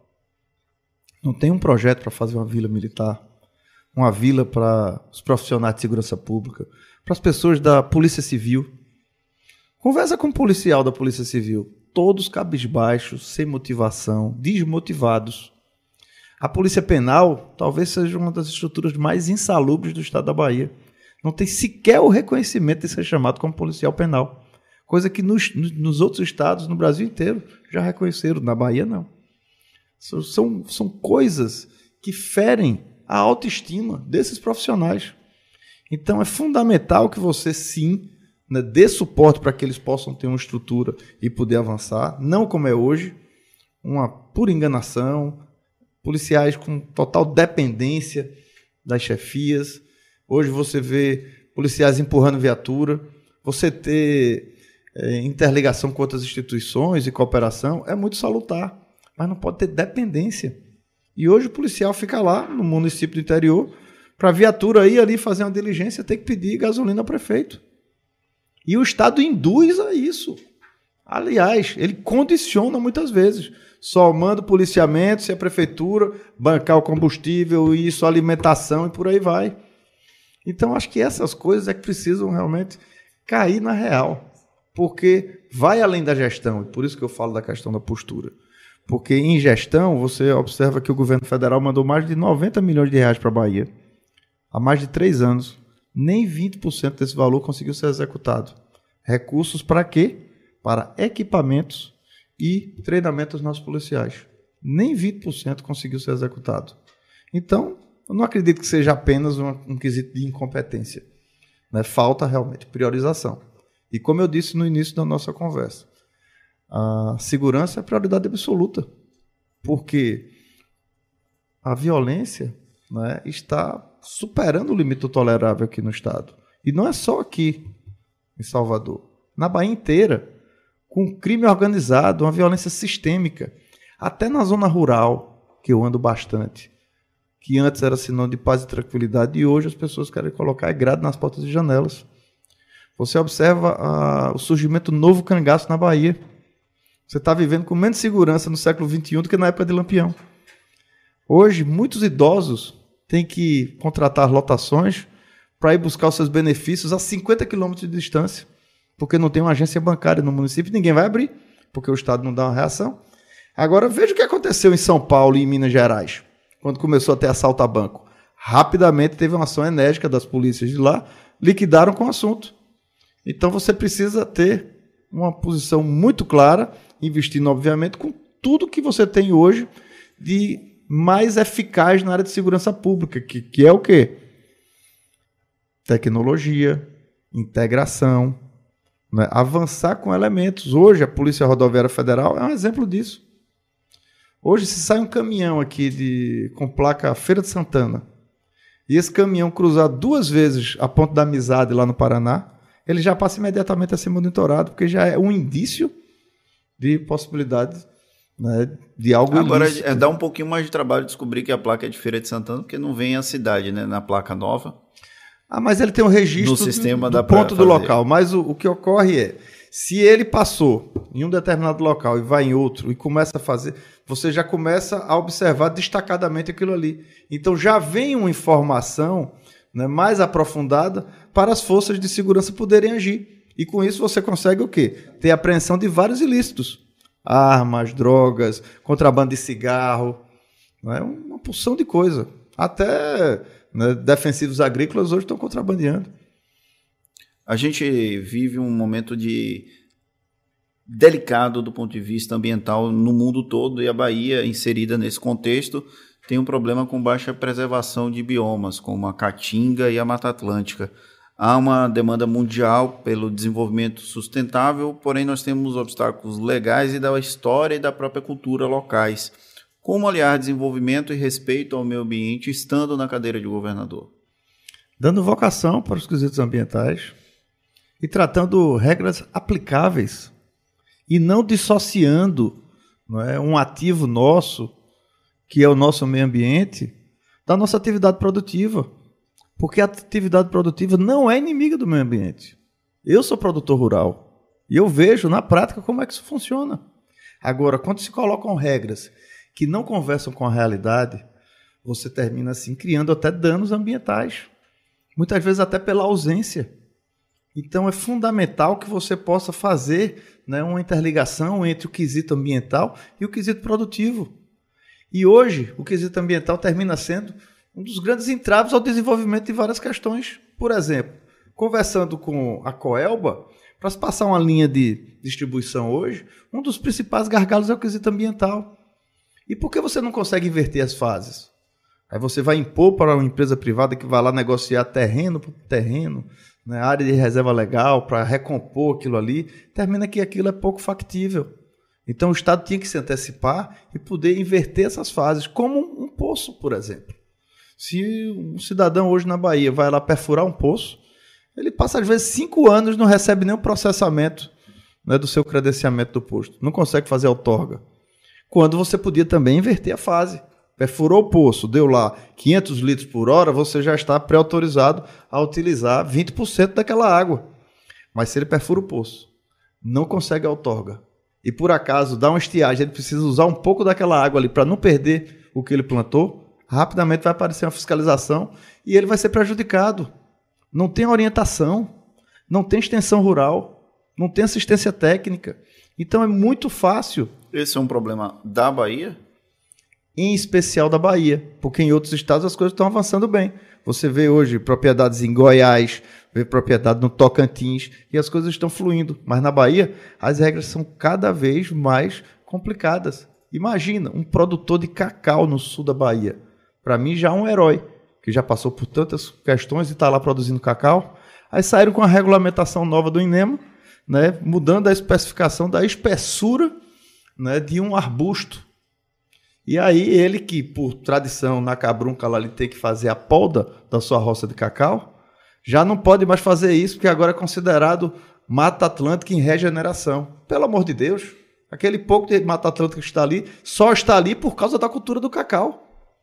Não tem um projeto para fazer uma vila militar, uma vila para os profissionais de segurança pública, para as pessoas da Polícia Civil. Conversa com um policial da Polícia Civil. Todos cabisbaixos, sem motivação, desmotivados. A Polícia Penal talvez seja uma das estruturas mais insalubres do estado da Bahia. Não tem sequer o reconhecimento de ser chamado como policial penal. Coisa que nos, nos outros estados, no Brasil inteiro, já reconheceram. Na Bahia, não. São, são coisas que ferem a autoestima desses profissionais. Então, é fundamental que você, sim, né, dê suporte para que eles possam ter uma estrutura e poder avançar, não como é hoje, uma pura enganação, policiais com total dependência das chefias. Hoje você vê policiais empurrando viatura, você ter é, interligação com outras instituições e cooperação é muito salutar, mas não pode ter dependência. E hoje o policial fica lá no município do interior, para a viatura ir ali fazer uma diligência, tem que pedir gasolina ao prefeito. E o Estado induz a isso. Aliás, ele condiciona muitas vezes. Só manda o policiamento se a prefeitura bancar o combustível e isso, a alimentação e por aí vai. Então, acho que essas coisas é que precisam realmente cair na real. Porque vai além da gestão. E por isso que eu falo da questão da postura. Porque em gestão, você observa que o governo federal mandou mais de noventa milhões de reais para a Bahia. Há mais de três anos. Nem vinte por cento desse valor conseguiu ser executado. Recursos para quê? Para equipamentos e treinamento dos nossos policiais. Nem vinte por cento conseguiu ser executado. Então, eu não acredito que seja apenas um, um quesito de incompetência. Né? Falta realmente priorização. E como eu disse no início da nossa conversa, a segurança é a prioridade absoluta. Porque a violência, né, está superando o limite tolerável aqui no estado. E não é só aqui, em Salvador. Na Bahia inteira, com crime organizado, uma violência sistêmica. Até na zona rural, que eu ando bastante, que antes era sinônimo de paz e tranquilidade, e hoje as pessoas querem colocar grade nas portas e janelas. Você observa a, o surgimento do novo cangaço na Bahia. Você está vivendo com menos segurança no século vinte e um do que na época de Lampião. Hoje, muitos idosos têm que contratar lotações para ir buscar os seus benefícios a cinquenta quilômetros de distância, porque não tem uma agência bancária no município, ninguém vai abrir, porque o Estado não dá uma reação. Agora, veja o que aconteceu em São Paulo e em Minas Gerais, quando começou a ter assalto a banco. Rapidamente teve uma ação enérgica das polícias de lá, liquidaram com o assunto. Então você precisa ter uma posição muito clara, investindo, obviamente, com tudo que você tem hoje de mais eficaz na área de segurança pública, que, que é o quê? Tecnologia, integração, né? Avançar com elementos. Hoje, a Polícia Rodoviária Federal é um exemplo disso. Hoje, se sai um caminhão aqui de, com placa Feira de Santana, e esse caminhão cruzar duas vezes a Ponte da Amizade lá no Paraná, ele já passa imediatamente a ser monitorado, porque já é um indício de possibilidade, né, de algo Agora, ilícito. É, dá um pouquinho mais de trabalho descobrir que a placa é de Feira de Santana, porque não vem a cidade, né, na placa nova. Ah, mas ele tem um registro no sistema do, do ponto do local. Mas o, o que ocorre é, se ele passou em um determinado local e vai em outro e começa a fazer, você já começa a observar destacadamente aquilo ali. Então já vem uma informação, né, mais aprofundada para as forças de segurança poderem agir. E com isso você consegue o quê? Ter apreensão de vários ilícitos. Armas, drogas, contrabando de cigarro, né, uma porção de coisa. Até, né, defensivos agrícolas hoje estão contrabandeando. A gente vive um momento de delicado do ponto de vista ambiental no mundo todo, e a Bahia, inserida nesse contexto, tem um problema com baixa preservação de biomas, como a Caatinga e a Mata Atlântica. Há uma demanda mundial pelo desenvolvimento sustentável, porém nós temos obstáculos legais e da história e da própria cultura locais. Como aliar desenvolvimento e respeito ao meio ambiente estando na cadeira de governador? Dando vocação para os quesitos ambientais e tratando regras aplicáveis e não dissociando, não é, um ativo nosso, que é o nosso meio ambiente, da nossa atividade produtiva. Porque a atividade produtiva não é inimiga do meio ambiente. Eu sou produtor rural e eu vejo na prática como é que isso funciona. Agora, quando se colocam regras que não conversam com a realidade, você termina assim criando até danos ambientais. Muitas vezes até pela ausência. Então é fundamental que você possa fazer, né, uma interligação entre o quesito ambiental e o quesito produtivo. E hoje o quesito ambiental termina sendo um dos grandes entraves ao desenvolvimento de várias questões. Por exemplo, conversando com a Coelba, para se passar uma linha de distribuição hoje, um dos principais gargalos é o quesito ambiental. E por que você não consegue inverter as fases? Aí você vai impor para uma empresa privada que vai lá negociar terreno por terreno, né, área de reserva legal para recompor aquilo ali, termina que aquilo é pouco factível. Então o Estado tinha que se antecipar e poder inverter essas fases, como um poço, por exemplo. Se um cidadão hoje na Bahia vai lá perfurar um poço, ele passa às vezes cinco anos e não recebe nenhum processamento, né, do seu credenciamento do posto. Não consegue fazer outorga. Quando você podia também inverter a fase. Perfurou o poço, deu lá quinhentos litros por hora, você já está pré-autorizado a utilizar vinte por cento daquela água. Mas se ele perfura o poço, não consegue a outorga, e por acaso dá uma estiagem, ele precisa usar um pouco daquela água ali para não perder o que ele plantou, rapidamente vai aparecer uma fiscalização e ele vai ser prejudicado. Não tem orientação, não tem extensão rural, não tem assistência técnica. Então é muito fácil. Esse é um problema da Bahia? Em especial da Bahia, porque em outros estados as coisas estão avançando bem. Você vê hoje propriedades em Goiás, vê propriedade no Tocantins, e as coisas estão fluindo. Mas na Bahia, as regras são cada vez mais complicadas. Imagina, um produtor de cacau no sul da Bahia. Para mim já é um herói, que já passou por tantas questões e está lá produzindo cacau. Aí saíram com a regulamentação nova do INEMA, né, mudando a especificação da espessura, né, de um arbusto. E aí ele que, por tradição, na cabrunca lá, ele tem que fazer a poda da sua roça de cacau, já não pode mais fazer isso, porque agora é considerado Mata Atlântica em regeneração. Pelo amor de Deus, aquele pouco de Mata Atlântica que está ali, só está ali por causa da cultura do cacau.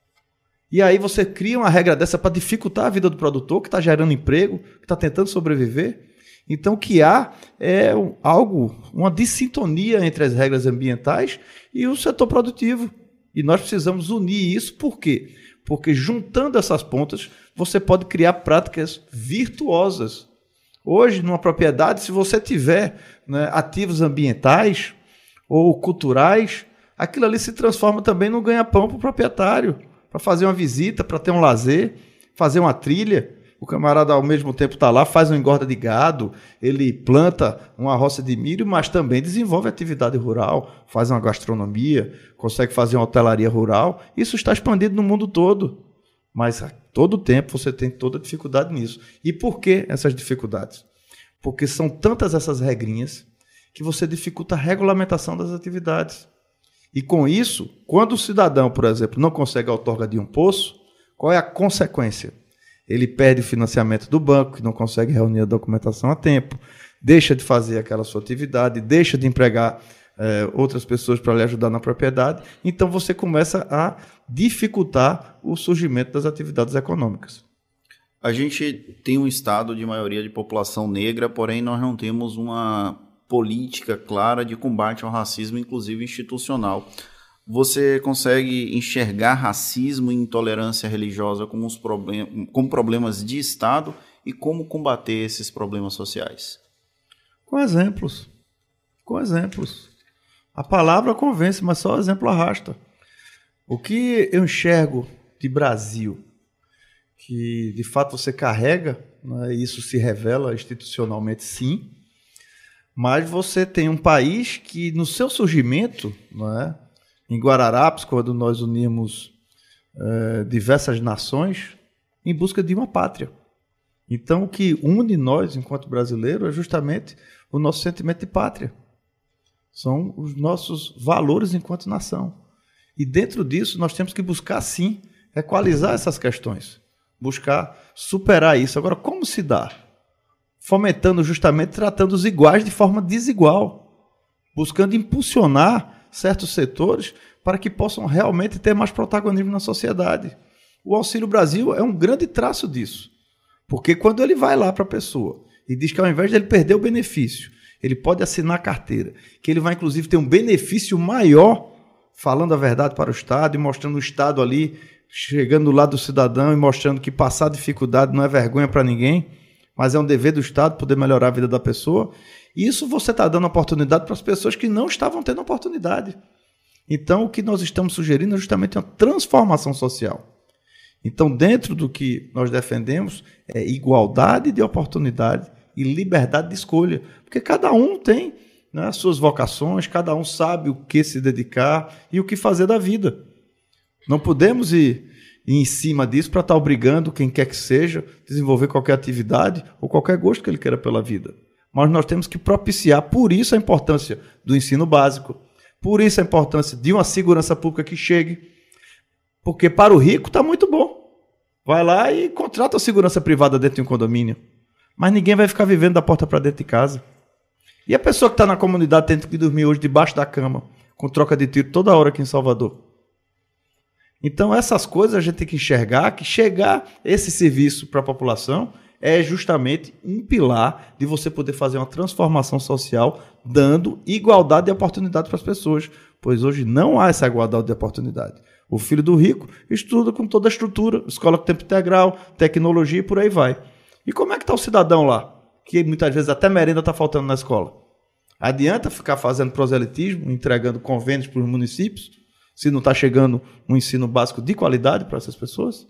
E aí você cria uma regra dessa para dificultar a vida do produtor, que está gerando emprego, que está tentando sobreviver. Então o que há é algo, uma dissintonia entre as regras ambientais e o setor produtivo. E nós precisamos unir isso, por quê? Porque juntando essas pontas, você pode criar práticas virtuosas. Hoje, numa propriedade, se você tiver, né, ativos ambientais ou culturais, aquilo ali se transforma também no ganha-pão para o proprietário, para fazer uma visita, para ter um lazer. fazer uma trilha. O camarada, ao mesmo tempo, está lá, faz uma engorda de gado, ele planta uma roça de milho, mas também desenvolve atividade rural, faz uma gastronomia, consegue fazer uma hotelaria rural. Isso está expandido no mundo todo. Mas a todo tempo você tem toda dificuldade nisso. E por que essas dificuldades? Porque são tantas essas regrinhas que você dificulta a regulamentação das atividades. E com isso, quando o cidadão, por exemplo, não consegue a outorga de um poço, qual é a consequência? Ele perde o financiamento do banco, que não consegue reunir a documentação a tempo, deixa de fazer aquela sua atividade, deixa de empregar eh, outras pessoas para lhe ajudar na propriedade. Então, você começa a dificultar o surgimento das atividades econômicas. A gente tem um estado de maioria de população negra, porém nós não temos uma política clara de combate ao racismo, inclusive institucional. Você consegue enxergar racismo e intolerância religiosa como, os problem- como problemas de Estado e como combater esses problemas sociais? Com exemplos. Com exemplos. A palavra convence, mas só o exemplo arrasta. O que eu enxergo de Brasil, que de fato você carrega, né, isso se revela institucionalmente sim, mas você tem um país que no seu surgimento, né, em Guararapes, quando nós unimos eh, diversas nações em busca de uma pátria. Então, o que une nós, enquanto brasileiros, é justamente o nosso sentimento de pátria. São os nossos valores enquanto nação. E dentro disso, nós temos que buscar, sim, equalizar essas questões. Buscar superar isso. Agora, como se dá? Fomentando justamente, tratando os iguais de forma desigual. Buscando impulsionar certos setores para que possam realmente ter mais protagonismo na sociedade. O Auxílio Brasil é um grande traço disso. Porque quando ele vai lá para a pessoa e diz que ao invés de ele perder o benefício, ele pode assinar a carteira, que ele vai inclusive ter um benefício maior, falando a verdade para o Estado e mostrando o Estado ali, chegando do lado do cidadão e mostrando que passar dificuldade não é vergonha para ninguém, mas é um dever do Estado poder melhorar a vida da pessoa. E isso você está dando oportunidade para as pessoas que não estavam tendo oportunidade. Então, o que nós estamos sugerindo é justamente uma transformação social. Então, dentro do que nós defendemos, é igualdade de oportunidade e liberdade de escolha. Porque cada um tem, né, as suas vocações, cada um sabe o que se dedicar e o que fazer da vida. Não podemos ir, ir em cima disso para estar obrigando quem quer que seja a desenvolver qualquer atividade ou qualquer gosto que ele queira pela vida. Mas nós temos que propiciar, por isso a importância do ensino básico, por isso a importância de uma segurança pública que chegue, porque para o rico está muito bom. Vai lá e contrata a segurança privada dentro de um condomínio, mas ninguém vai ficar vivendo da porta para dentro de casa. E a pessoa que está na comunidade tendo que dormir hoje debaixo da cama, com troca de tiro toda hora aqui em Salvador. Então essas coisas a gente tem que enxergar, que chegar esse serviço para a população é justamente um pilar de você poder fazer uma transformação social, dando igualdade de oportunidade para as pessoas, pois hoje não há essa igualdade de oportunidade. O filho do rico estuda com toda a estrutura, escola com tempo integral, tecnologia e por aí vai. E como é que está o cidadão lá? Que muitas vezes até merenda está faltando na escola. Adianta ficar fazendo proselitismo, entregando convênios para os municípios, se não está chegando um ensino básico de qualidade para essas pessoas?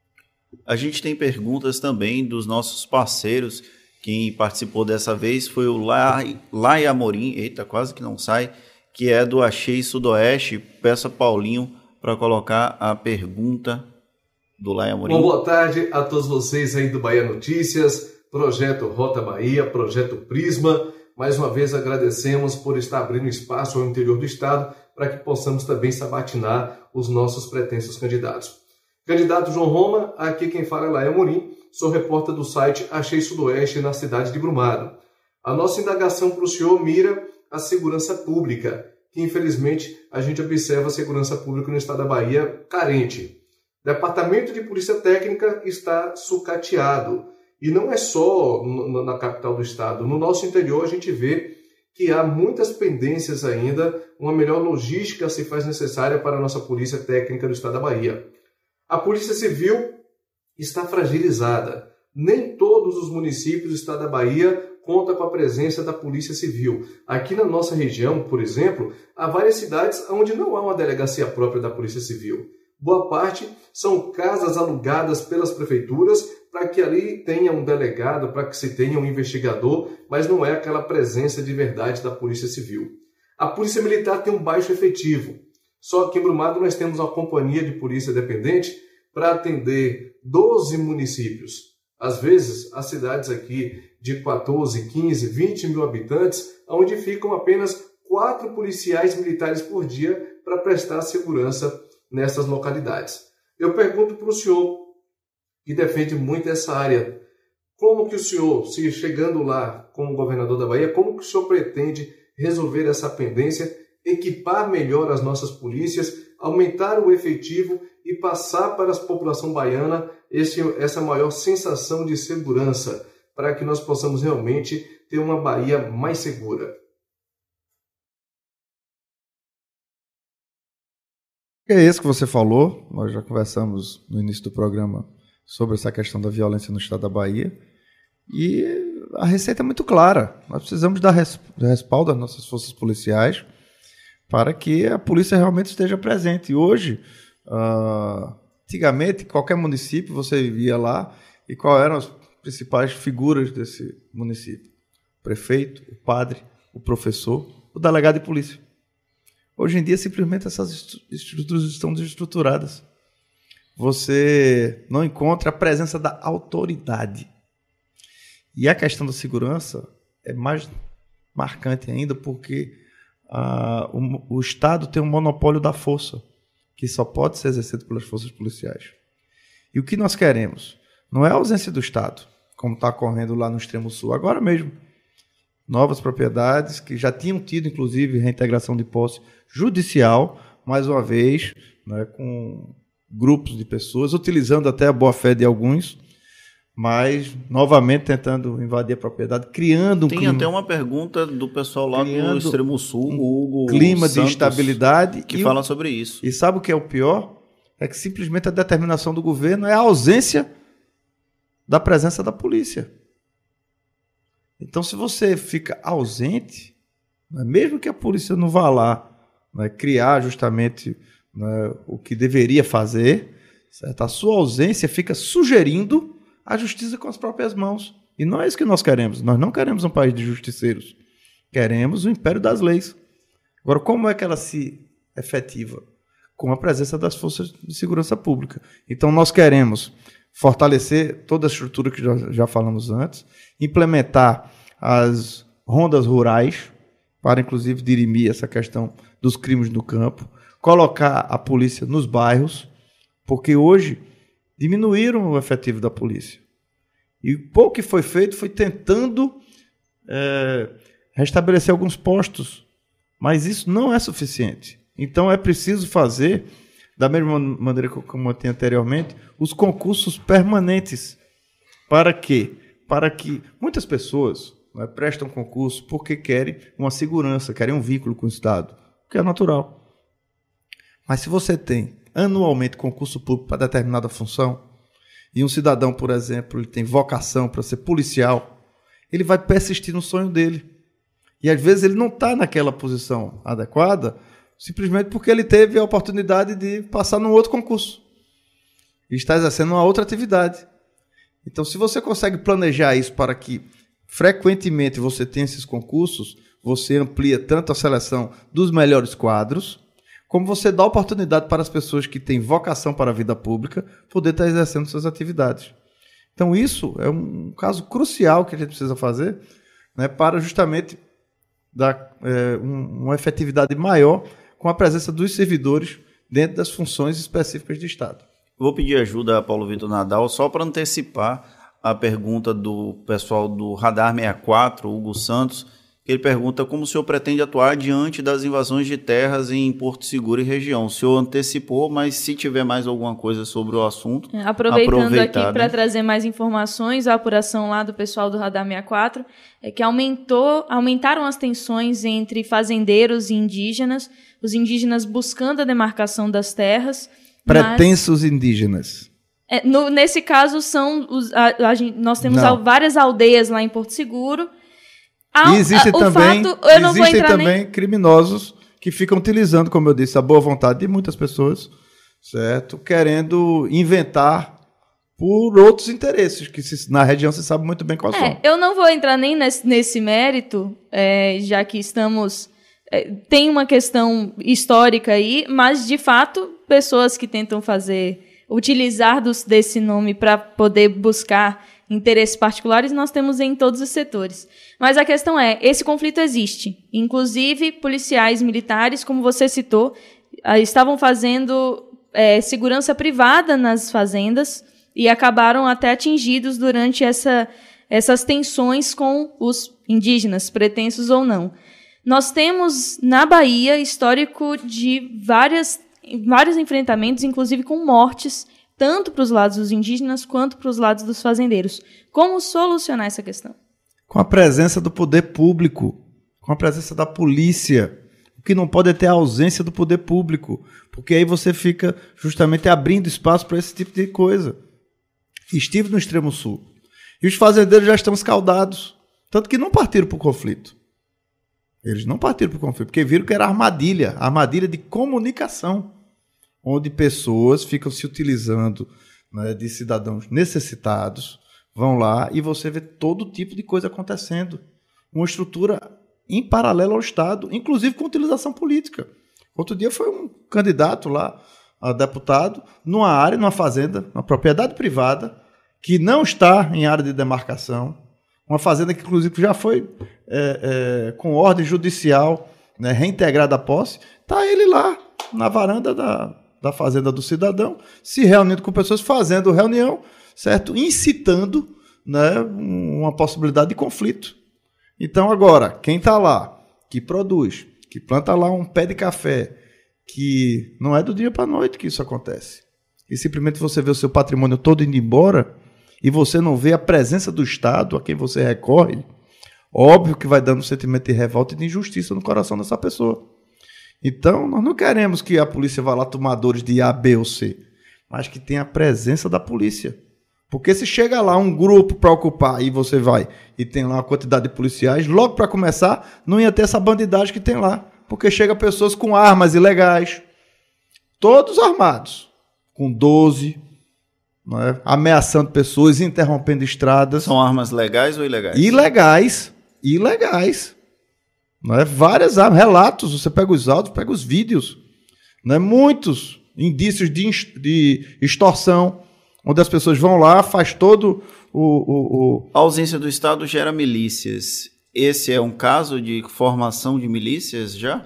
A gente tem perguntas também dos nossos parceiros. Quem participou dessa vez foi o Lai, Lai Amorim, eita, quase que não sai, que é do Achei Sudoeste. Peço a Paulinho para colocar a pergunta do Lai Amorim. Bom, boa tarde a todos vocês aí do Bahia Notícias, Projeto Rota Bahia, Projeto Prisma. Mais uma vez agradecemos por estar abrindo espaço ao interior do estado para que possamos também sabatinar os nossos pretensos candidatos. Candidato João Roma, aqui quem fala é Lai Amorim, sou repórter do site Achei Sudoeste na cidade de Brumado. A nossa indagação para o senhor mira a segurança pública, que infelizmente a gente observa a segurança pública no estado da Bahia carente. O Departamento de Polícia Técnica está sucateado. E não é só na capital do estado. No nosso interior a gente vê que há muitas pendências ainda, uma melhor logística se faz necessária para a nossa Polícia Técnica do estado da Bahia. A Polícia Civil está fragilizada. Nem todos os municípios do estado da Bahia contam com a presença da Polícia Civil. Aqui na nossa região, por exemplo, há várias cidades onde não há uma delegacia própria da Polícia Civil. Boa parte são casas alugadas pelas prefeituras para que ali tenha um delegado, para que se tenha um investigador, mas não é aquela presença de verdade da Polícia Civil. A Polícia Militar tem um baixo efetivo. Só que em Brumado nós temos uma companhia de polícia dependente para atender doze municípios. Às vezes, as cidades aqui de quatorze, quinze, vinte mil habitantes, onde ficam apenas quatro policiais militares por dia para prestar segurança nessas localidades. Eu pergunto para o senhor, que defende muito essa área, como que o senhor, se chegando lá como governador da Bahia, como que o senhor pretende resolver essa pendência, equipar melhor as nossas polícias, aumentar o efetivo e passar para a população baiana esse, essa maior sensação de segurança, para que nós possamos realmente ter uma Bahia mais segura? É isso que você falou. Nós já conversamos no início do programa sobre essa questão da violência no estado da Bahia. E a receita é muito clara. Nós precisamos dar res- respaldo às nossas forças policiais para que a polícia realmente esteja presente. E hoje, uh, antigamente, qualquer município, você ia lá e quais eram as principais figuras desse município? O prefeito, o padre, o professor, o delegado de polícia. Hoje em dia, simplesmente, essas estruturas estão desestruturadas. Você não encontra a presença da autoridade. E a questão da segurança é mais marcante ainda porque ah, o, o Estado tem um monopólio da força, que só pode ser exercido pelas forças policiais. E o que nós queremos? Não é a ausência do Estado, como está ocorrendo lá no extremo sul, agora mesmo. Novas propriedades que já tinham tido, inclusive, reintegração de posse judicial, mais uma vez, né, com grupos de pessoas, utilizando até a boa-fé de alguns, mas novamente tentando invadir a propriedade, criando um Tem clima... até uma pergunta do pessoal lá do extremo sul, um o Hugo clima Santos, de instabilidade. que e fala o... sobre isso. E sabe o que é o pior? É que simplesmente a determinação do governo é a ausência da presença da polícia. Então, se você fica ausente, né, mesmo que a polícia não vá lá, né, criar justamente, né, o que deveria fazer, certo? A sua ausência fica sugerindo a justiça com as próprias mãos. E não é isso que nós queremos. Nós não queremos um país de justiceiros. Queremos o império das leis. Agora, como é que ela se efetiva? Com a presença das forças de segurança pública. Então, nós queremos fortalecer toda a estrutura que já, já falamos antes, implementar as rondas rurais, para inclusive dirimir essa questão dos crimes no campo, colocar a polícia nos bairros, porque hoje diminuíram o efetivo da polícia. E o pouco que foi feito foi tentando é, restabelecer alguns postos, mas isso não é suficiente. Então é preciso fazer, da mesma maneira como eu tinha anteriormente, os concursos permanentes. Para quê? Para que muitas pessoas, né, prestam concurso porque querem uma segurança, querem um vínculo com o Estado, o que é natural. Mas se você tem anualmente concurso público para determinada função, e um cidadão, por exemplo, ele tem vocação para ser policial, ele vai persistir no sonho dele. E às vezes ele não está naquela posição adequada, simplesmente porque ele teve a oportunidade de passar num outro concurso e está exercendo uma outra atividade. Então, se você consegue planejar isso para que frequentemente você tenha esses concursos, você amplia tanto a seleção dos melhores quadros, como você dá oportunidade para as pessoas que têm vocação para a vida pública poder estar exercendo suas atividades. Então, isso é um caso crucial que a gente precisa fazer, né, para justamente dar é, um, uma efetividade maior com a presença dos servidores dentro das funções específicas de Estado. Vou pedir ajuda a Paulo Vitor Nadal só para antecipar a pergunta do pessoal do Radar sessenta e quatro, Hugo Santos, que ele pergunta como o senhor pretende atuar diante das invasões de terras em Porto Seguro e região. O senhor antecipou, mas se tiver mais alguma coisa sobre o assunto... Aproveitando aqui né? para trazer mais informações, a apuração lá do pessoal do Radar sessenta e quatro é que aumentou, aumentaram as tensões entre fazendeiros e indígenas, os indígenas buscando a demarcação das terras. Pretensos mas... indígenas. É, no, nesse caso, são os, a, a, nós temos a, várias aldeias lá em Porto Seguro. A, e existem também, fato, eu não existem vou também nem... criminosos que ficam utilizando, como eu disse, a boa vontade de muitas pessoas, certo? Querendo inventar por outros interesses, que se, na região você sabe muito bem quais é, são. Eu não vou entrar nem nesse, nesse mérito, é, já que estamos... É, tem uma questão histórica aí, mas, de fato, pessoas que tentam fazer... utilizar dos, desse nome para poder buscar interesses particulares, nós temos em todos os setores. Mas a questão é, esse conflito existe. Inclusive, policiais militares, como você citou, estavam fazendo é, segurança privada nas fazendas e acabaram até atingidos durante essa, essas tensões com os indígenas, pretensos ou não. Nós temos, na Bahia, histórico de várias, vários enfrentamentos, inclusive com mortes, tanto para os lados dos indígenas quanto para os lados dos fazendeiros. Como solucionar essa questão? Com a presença do poder público, com a presença da polícia. O que não pode é ter a ausência do poder público, porque aí você fica justamente abrindo espaço para esse tipo de coisa. Estive no Extremo Sul. E os fazendeiros já estão escaldados. Tanto que não partiram para o conflito. Eles não partiram para o conflito, porque viram que era armadilha. Armadilha de comunicação. Onde pessoas ficam se utilizando, né, de cidadãos necessitados, vão lá e você vê todo tipo de coisa acontecendo. Uma estrutura em paralelo ao Estado, inclusive com utilização política. Outro dia foi um candidato lá, a deputado, numa área, numa fazenda, uma propriedade privada, que não está em área de demarcação, uma fazenda que inclusive já foi é, é, com ordem judicial, né, reintegrada à posse, está ele lá na varanda da, da fazenda do cidadão, se reunindo com pessoas, fazendo reunião, certo? Incitando, né, uma possibilidade de conflito. Então agora, quem está lá, que produz, que planta lá um pé de café, que não é do dia para a noite que isso acontece, e simplesmente você vê o seu patrimônio todo indo embora, e você não vê a presença do Estado a quem você recorre, óbvio que vai dando um sentimento de revolta e de injustiça no coração dessa pessoa. Então, nós não queremos que a polícia vá lá tomadores de A, B ou C, mas que tenha a presença da polícia. Porque se chega lá um grupo para ocupar e você vai e tem lá uma quantidade de policiais, logo para começar, não ia ter essa bandidagem que tem lá. Porque chega pessoas com armas ilegais, todos armados, com doze, não é? Ameaçando pessoas, interrompendo estradas. São armas legais ou ilegais? Ilegais, ilegais. Não é? Várias armas, relatos, você pega os áudios, pega os vídeos. Não é? Muitos indícios de, de extorsão, onde as pessoas vão lá, faz todo o, o, o... A ausência do Estado gera milícias. Esse é um caso de formação de milícias já?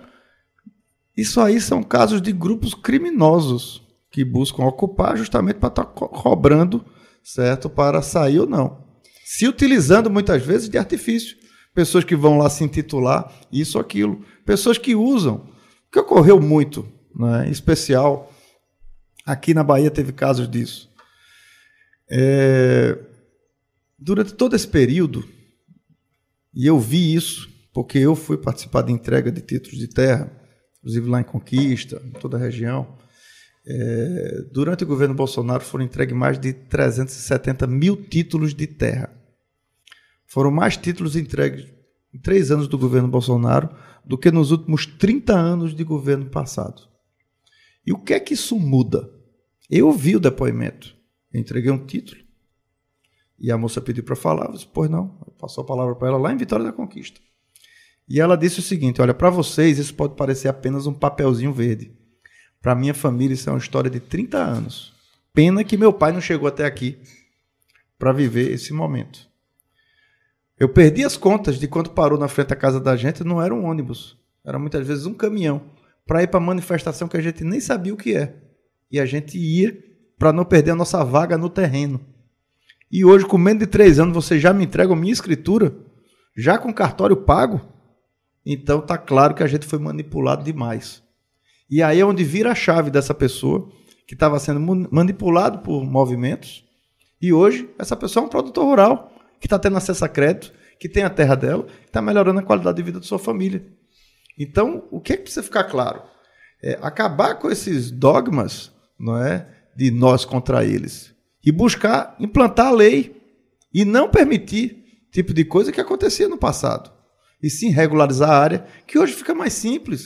Isso aí são casos de grupos criminosos que buscam ocupar justamente para estar co- cobrando, certo, para sair ou não. Se utilizando muitas vezes de artifício. Pessoas que vão lá se intitular isso ou aquilo. Pessoas que usam. O que ocorreu muito, né, em especial, aqui na Bahia teve casos disso. É, durante todo esse período, e eu vi isso, porque eu fui participar de entrega de títulos de terra, inclusive lá em Conquista, em toda a região, é, durante o governo Bolsonaro foram entregues mais de trezentos e setenta mil títulos de terra. Foram mais títulos entregues em três anos do governo Bolsonaro do que nos últimos trinta anos de governo passado. E o que é que isso muda? Eu vi o depoimento. Eu entreguei um título e a moça pediu para falar. Eu disse, pois não. Passou a palavra para ela lá em Vitória da Conquista. E ela disse o seguinte, olha, para vocês isso pode parecer apenas um papelzinho verde. Para minha família isso é uma história de trinta anos. Pena que meu pai não chegou até aqui para viver esse momento. Eu perdi as contas de quando parou na frente da casa da gente, não era um ônibus, era muitas vezes um caminhão, para ir para manifestação que a gente nem sabia o que é. E a gente ia para não perder a nossa vaga no terreno. E hoje, com menos de três anos, você já me entrega a minha escritura, já com cartório pago? Então está claro que a gente foi manipulado demais. E aí é onde vira a chave dessa pessoa, que estava sendo manipulado por movimentos, e hoje essa pessoa é um produtor rural, que está tendo acesso a crédito, que tem a terra dela, está melhorando a qualidade de vida de sua família. Então, o que é que precisa ficar claro? É acabar com esses dogmas, não é, de nós contra eles e buscar implantar a lei e não permitir tipo de coisa que acontecia no passado. E sim regularizar a área, que hoje fica mais simples.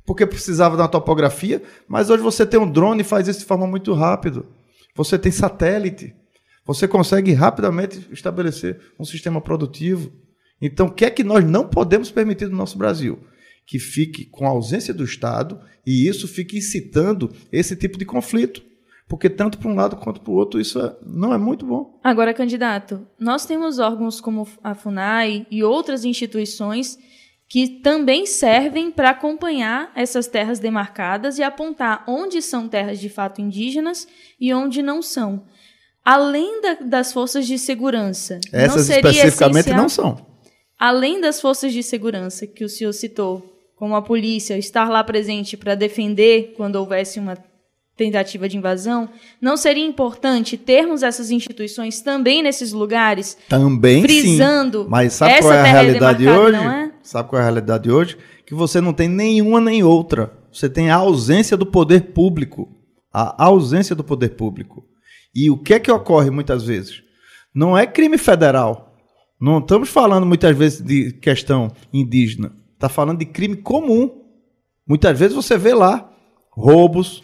porque precisava da topografia, mas hoje você tem um drone e faz isso de forma muito rápida. Você tem satélite, você consegue rapidamente estabelecer um sistema produtivo. Então, o que é que nós não podemos permitir no nosso Brasil? Que fique com a ausência do Estado e isso fique incitando esse tipo de conflito. Porque tanto para um lado quanto para o outro isso é, não é muito bom. Agora, candidato, nós temos órgãos como a FUNAI e outras instituições que também servem para acompanhar essas terras demarcadas e apontar onde são terras de fato indígenas e onde não são. Além da, das forças de segurança... Essas não seria especificamente essencial, não são. Além das forças de segurança que o senhor citou, como a polícia, estar lá presente para defender quando houvesse uma tentativa de invasão, não seria importante termos essas instituições também nesses lugares? Também frisando sim. Mas sabe essa qual é a terra realidade hoje? Não é? Sabe qual é a realidade hoje? Que você não tem nenhuma nem outra. Você tem a ausência do poder público. A ausência do poder público. E o que é que ocorre muitas vezes? Não é crime federal. Não estamos falando muitas vezes de questão indígena. Está falando de crime comum. Muitas vezes você vê lá roubos,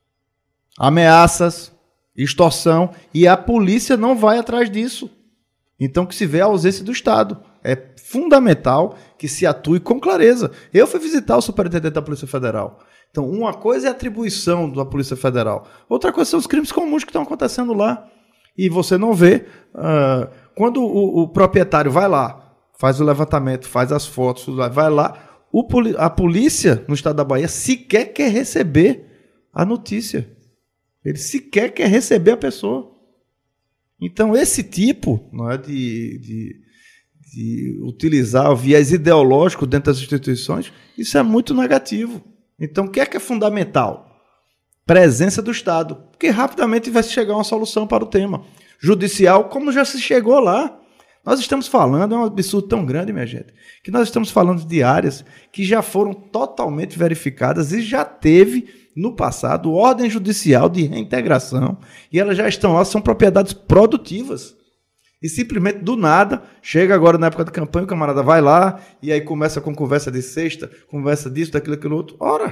ameaças, extorsão, e a polícia não vai atrás disso. Então que se vê a ausência do Estado. É fundamental que se atue com clareza. Eu fui visitar o superintendente da Polícia Federal. Então uma coisa é a atribuição da Polícia Federal, outra coisa são os crimes comuns que estão acontecendo lá. E você não vê... Uh, quando o, o proprietário vai lá, faz o levantamento, faz as fotos, vai lá, o, a polícia no estado da Bahia sequer quer receber a notícia. Ele sequer quer receber a pessoa. Então, esse tipo, não é, de, de, de utilizar o viés ideológico dentro das instituições, isso é muito negativo. Então, o que é que é fundamental? Presença do Estado, porque rapidamente vai chegar uma solução para o tema. Judicial, como já se chegou lá. Nós estamos falando, é um absurdo tão grande, minha gente, que nós estamos falando de áreas que já foram totalmente verificadas e já teve, no passado, ordem judicial de reintegração, e elas já estão lá, são propriedades produtivas. E simplesmente, do nada, chega agora na época da campanha, o camarada vai lá, e aí começa com conversa de cesta, conversa disso, daquilo, daquilo outro. Ora!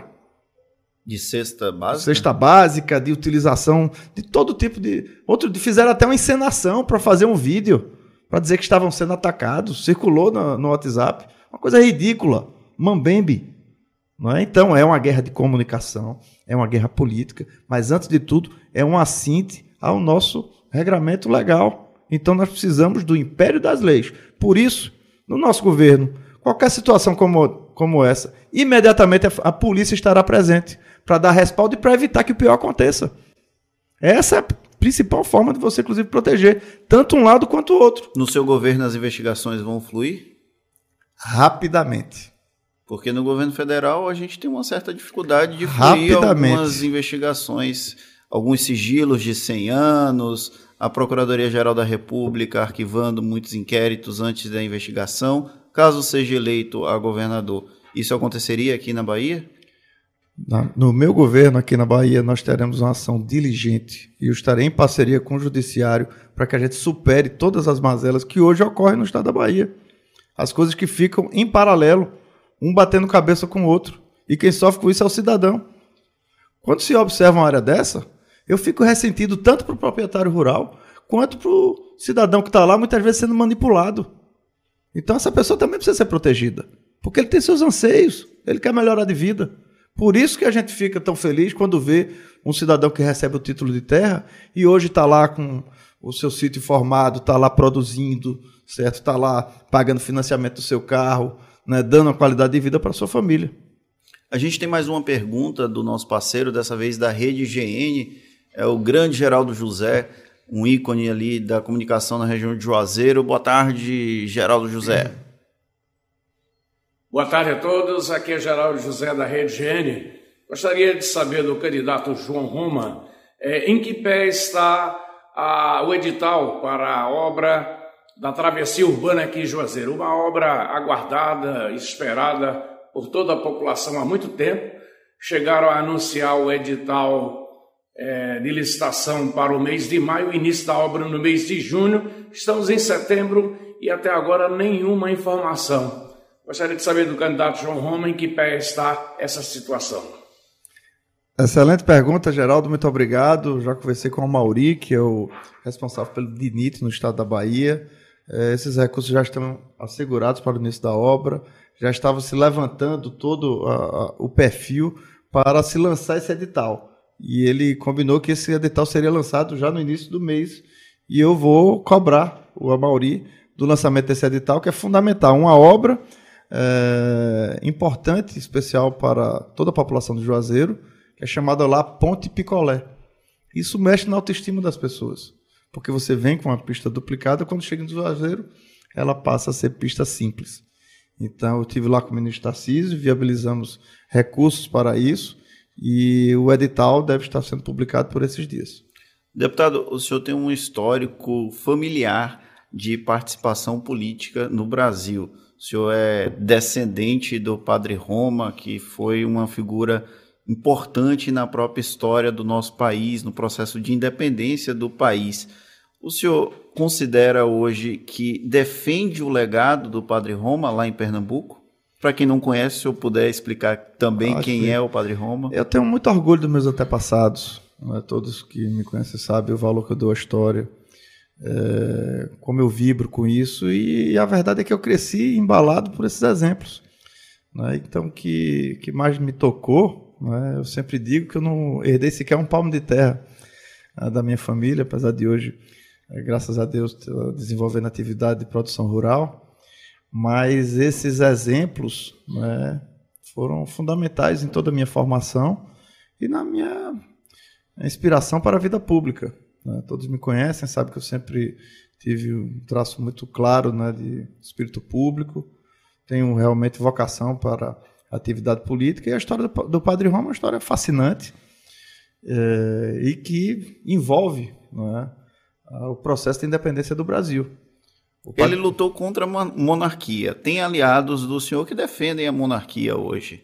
De cesta básica? Cesta básica, de utilização, de todo tipo de... Outro, fizeram até uma encenação para fazer um vídeo, para dizer que estavam sendo atacados, circulou no, no WhatsApp. Uma coisa ridícula, mambembe. Não é? Então, é uma guerra de comunicação, é uma guerra política, mas, antes de tudo, é um assinte ao nosso regramento legal. Então, nós precisamos do império das leis. Por isso, no nosso governo, qualquer situação como, como essa, imediatamente a, a polícia estará presente para dar respaldo e para evitar que o pior aconteça. Essa é a principal forma de você, inclusive, proteger tanto um lado quanto o outro. No seu governo, as investigações vão fluir? Rapidamente. Porque no governo federal a gente tem uma certa dificuldade de fluir algumas investigações, alguns sigilos de cem anos, a Procuradoria-Geral da República arquivando muitos inquéritos antes da investigação, caso seja eleito a governador. Isso aconteceria aqui na Bahia? No meu governo aqui na Bahia, nós teremos uma ação diligente e eu estarei em parceria com o Judiciário para que a gente supere todas as mazelas que hoje ocorrem no estado da Bahia. As coisas que ficam em paralelo, um batendo cabeça com o outro. E quem sofre com isso é o cidadão. Quando se observa uma área dessa, eu fico ressentido tanto para o proprietário rural quanto para o cidadão que está lá, muitas vezes sendo manipulado. Então essa pessoa também precisa ser protegida, porque ele tem seus anseios, ele quer melhorar de vida. Por isso que a gente fica tão feliz quando vê um cidadão que recebe o título de terra e hoje está lá com o seu sítio formado, está lá produzindo, certo? Está lá pagando financiamento do seu carro, né? Dando uma qualidade de vida para a sua família. A gente tem mais uma pergunta do nosso parceiro, dessa vez da Rede G N, é o grande Geraldo José, um ícone ali da comunicação na região de Juazeiro. Boa tarde, Geraldo José. Boa tarde a todos, aqui é Geraldo José da Rede G N. Gostaria de saber do candidato João Roma, é, em que pé está a, o edital para a obra da travessia urbana aqui em Juazeiro, uma obra aguardada, esperada por toda a população há muito tempo. Chegaram a anunciar o edital é, de licitação para o mês de maio, início da obra no mês de junho. Estamos em setembro e até agora nenhuma informação. Gostaria de saber do candidato João Roma em que pé está essa situação. Excelente pergunta, Geraldo, muito obrigado. Já conversei com o Mauri, que é o responsável pelo D I N I T no estado da Bahia. É, esses recursos já estão assegurados para o início da obra, já estava se levantando todo a, a, o perfil para se lançar esse edital. E ele combinou que esse edital seria lançado já no início do mês, e eu vou cobrar o Amauri do lançamento desse edital, que é fundamental. Uma obra é, importante, especial para toda a população do Juazeiro, que é chamada lá Ponte Picolé. Isso mexe na autoestima das pessoas, porque você vem com uma pista duplicada, quando chega no Juazeiro, ela passa a ser pista simples. Então, eu estive lá com o ministro Tarcísio, viabilizamos recursos para isso, e o edital deve estar sendo publicado por esses dias. Deputado, o senhor tem um histórico familiar de participação política no Brasil. O senhor é descendente do Padre Roma, que foi uma figura importante na própria história do nosso país, no processo de independência do país. O senhor considera hoje que defende o legado do Padre Roma lá em Pernambuco? Para quem não conhece, se o senhor puder explicar também Acho quem que... é o Padre Roma. Eu tenho muito orgulho dos meus antepassados. Não é? Todos que me conhecem sabem o valor que eu dou à história, é... como eu vibro com isso. E a verdade é que eu cresci embalado por esses exemplos. Não é? Então, o que, que mais me tocou... Eu sempre digo que eu não herdei sequer um palmo de terra da minha família, apesar de hoje, graças a Deus, desenvolvendo atividade de produção rural, mas esses exemplos, né, foram fundamentais em toda a minha formação e na minha inspiração para a vida pública. Né? Todos me conhecem, sabem que eu sempre tive um traço muito claro, né, de espírito público, tenho realmente vocação para atividade política, e a história do, do Padre Roma é uma história fascinante é, e que envolve, não é, o processo de independência do Brasil. O Padre... Ele lutou contra a monarquia. Tem aliados do senhor que defendem a monarquia hoje.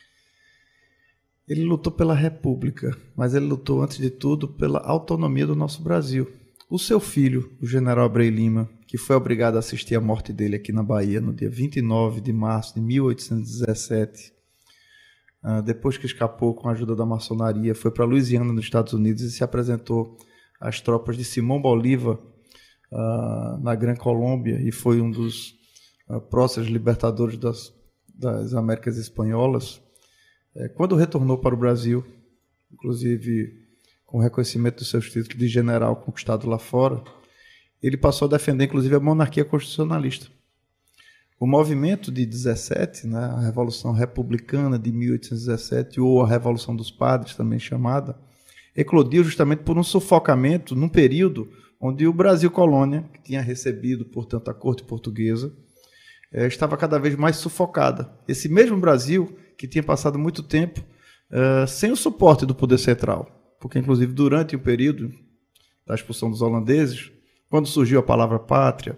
Ele lutou pela República, mas ele lutou, antes de tudo, pela autonomia do nosso Brasil. O seu filho, o general Abreu Lima, que foi obrigado a assistir à morte dele aqui na Bahia no dia vinte e nove de março de mil oitocentos e dezessete, depois que escapou com a ajuda da maçonaria, foi para Louisiana, nos Estados Unidos, e se apresentou às tropas de Simão Bolívar na Gran Colômbia, e foi um dos próximos libertadores das, das Américas Espanholas. Quando retornou para o Brasil, inclusive com reconhecimento dos seus títulos de general conquistado lá fora, ele passou a defender, inclusive, a monarquia constitucionalista. O movimento de dezessete, né, a Revolução Republicana de mil oitocentos e dezessete, ou a Revolução dos Padres, também chamada, eclodiu justamente por um sufocamento num período onde o Brasil colônia, que tinha recebido, portanto, a corte portuguesa, eh, estava cada vez mais sufocada. Esse mesmo Brasil, que tinha passado muito tempo eh, sem o suporte do poder central, porque, inclusive, durante o período da expulsão dos holandeses, quando surgiu a palavra pátria,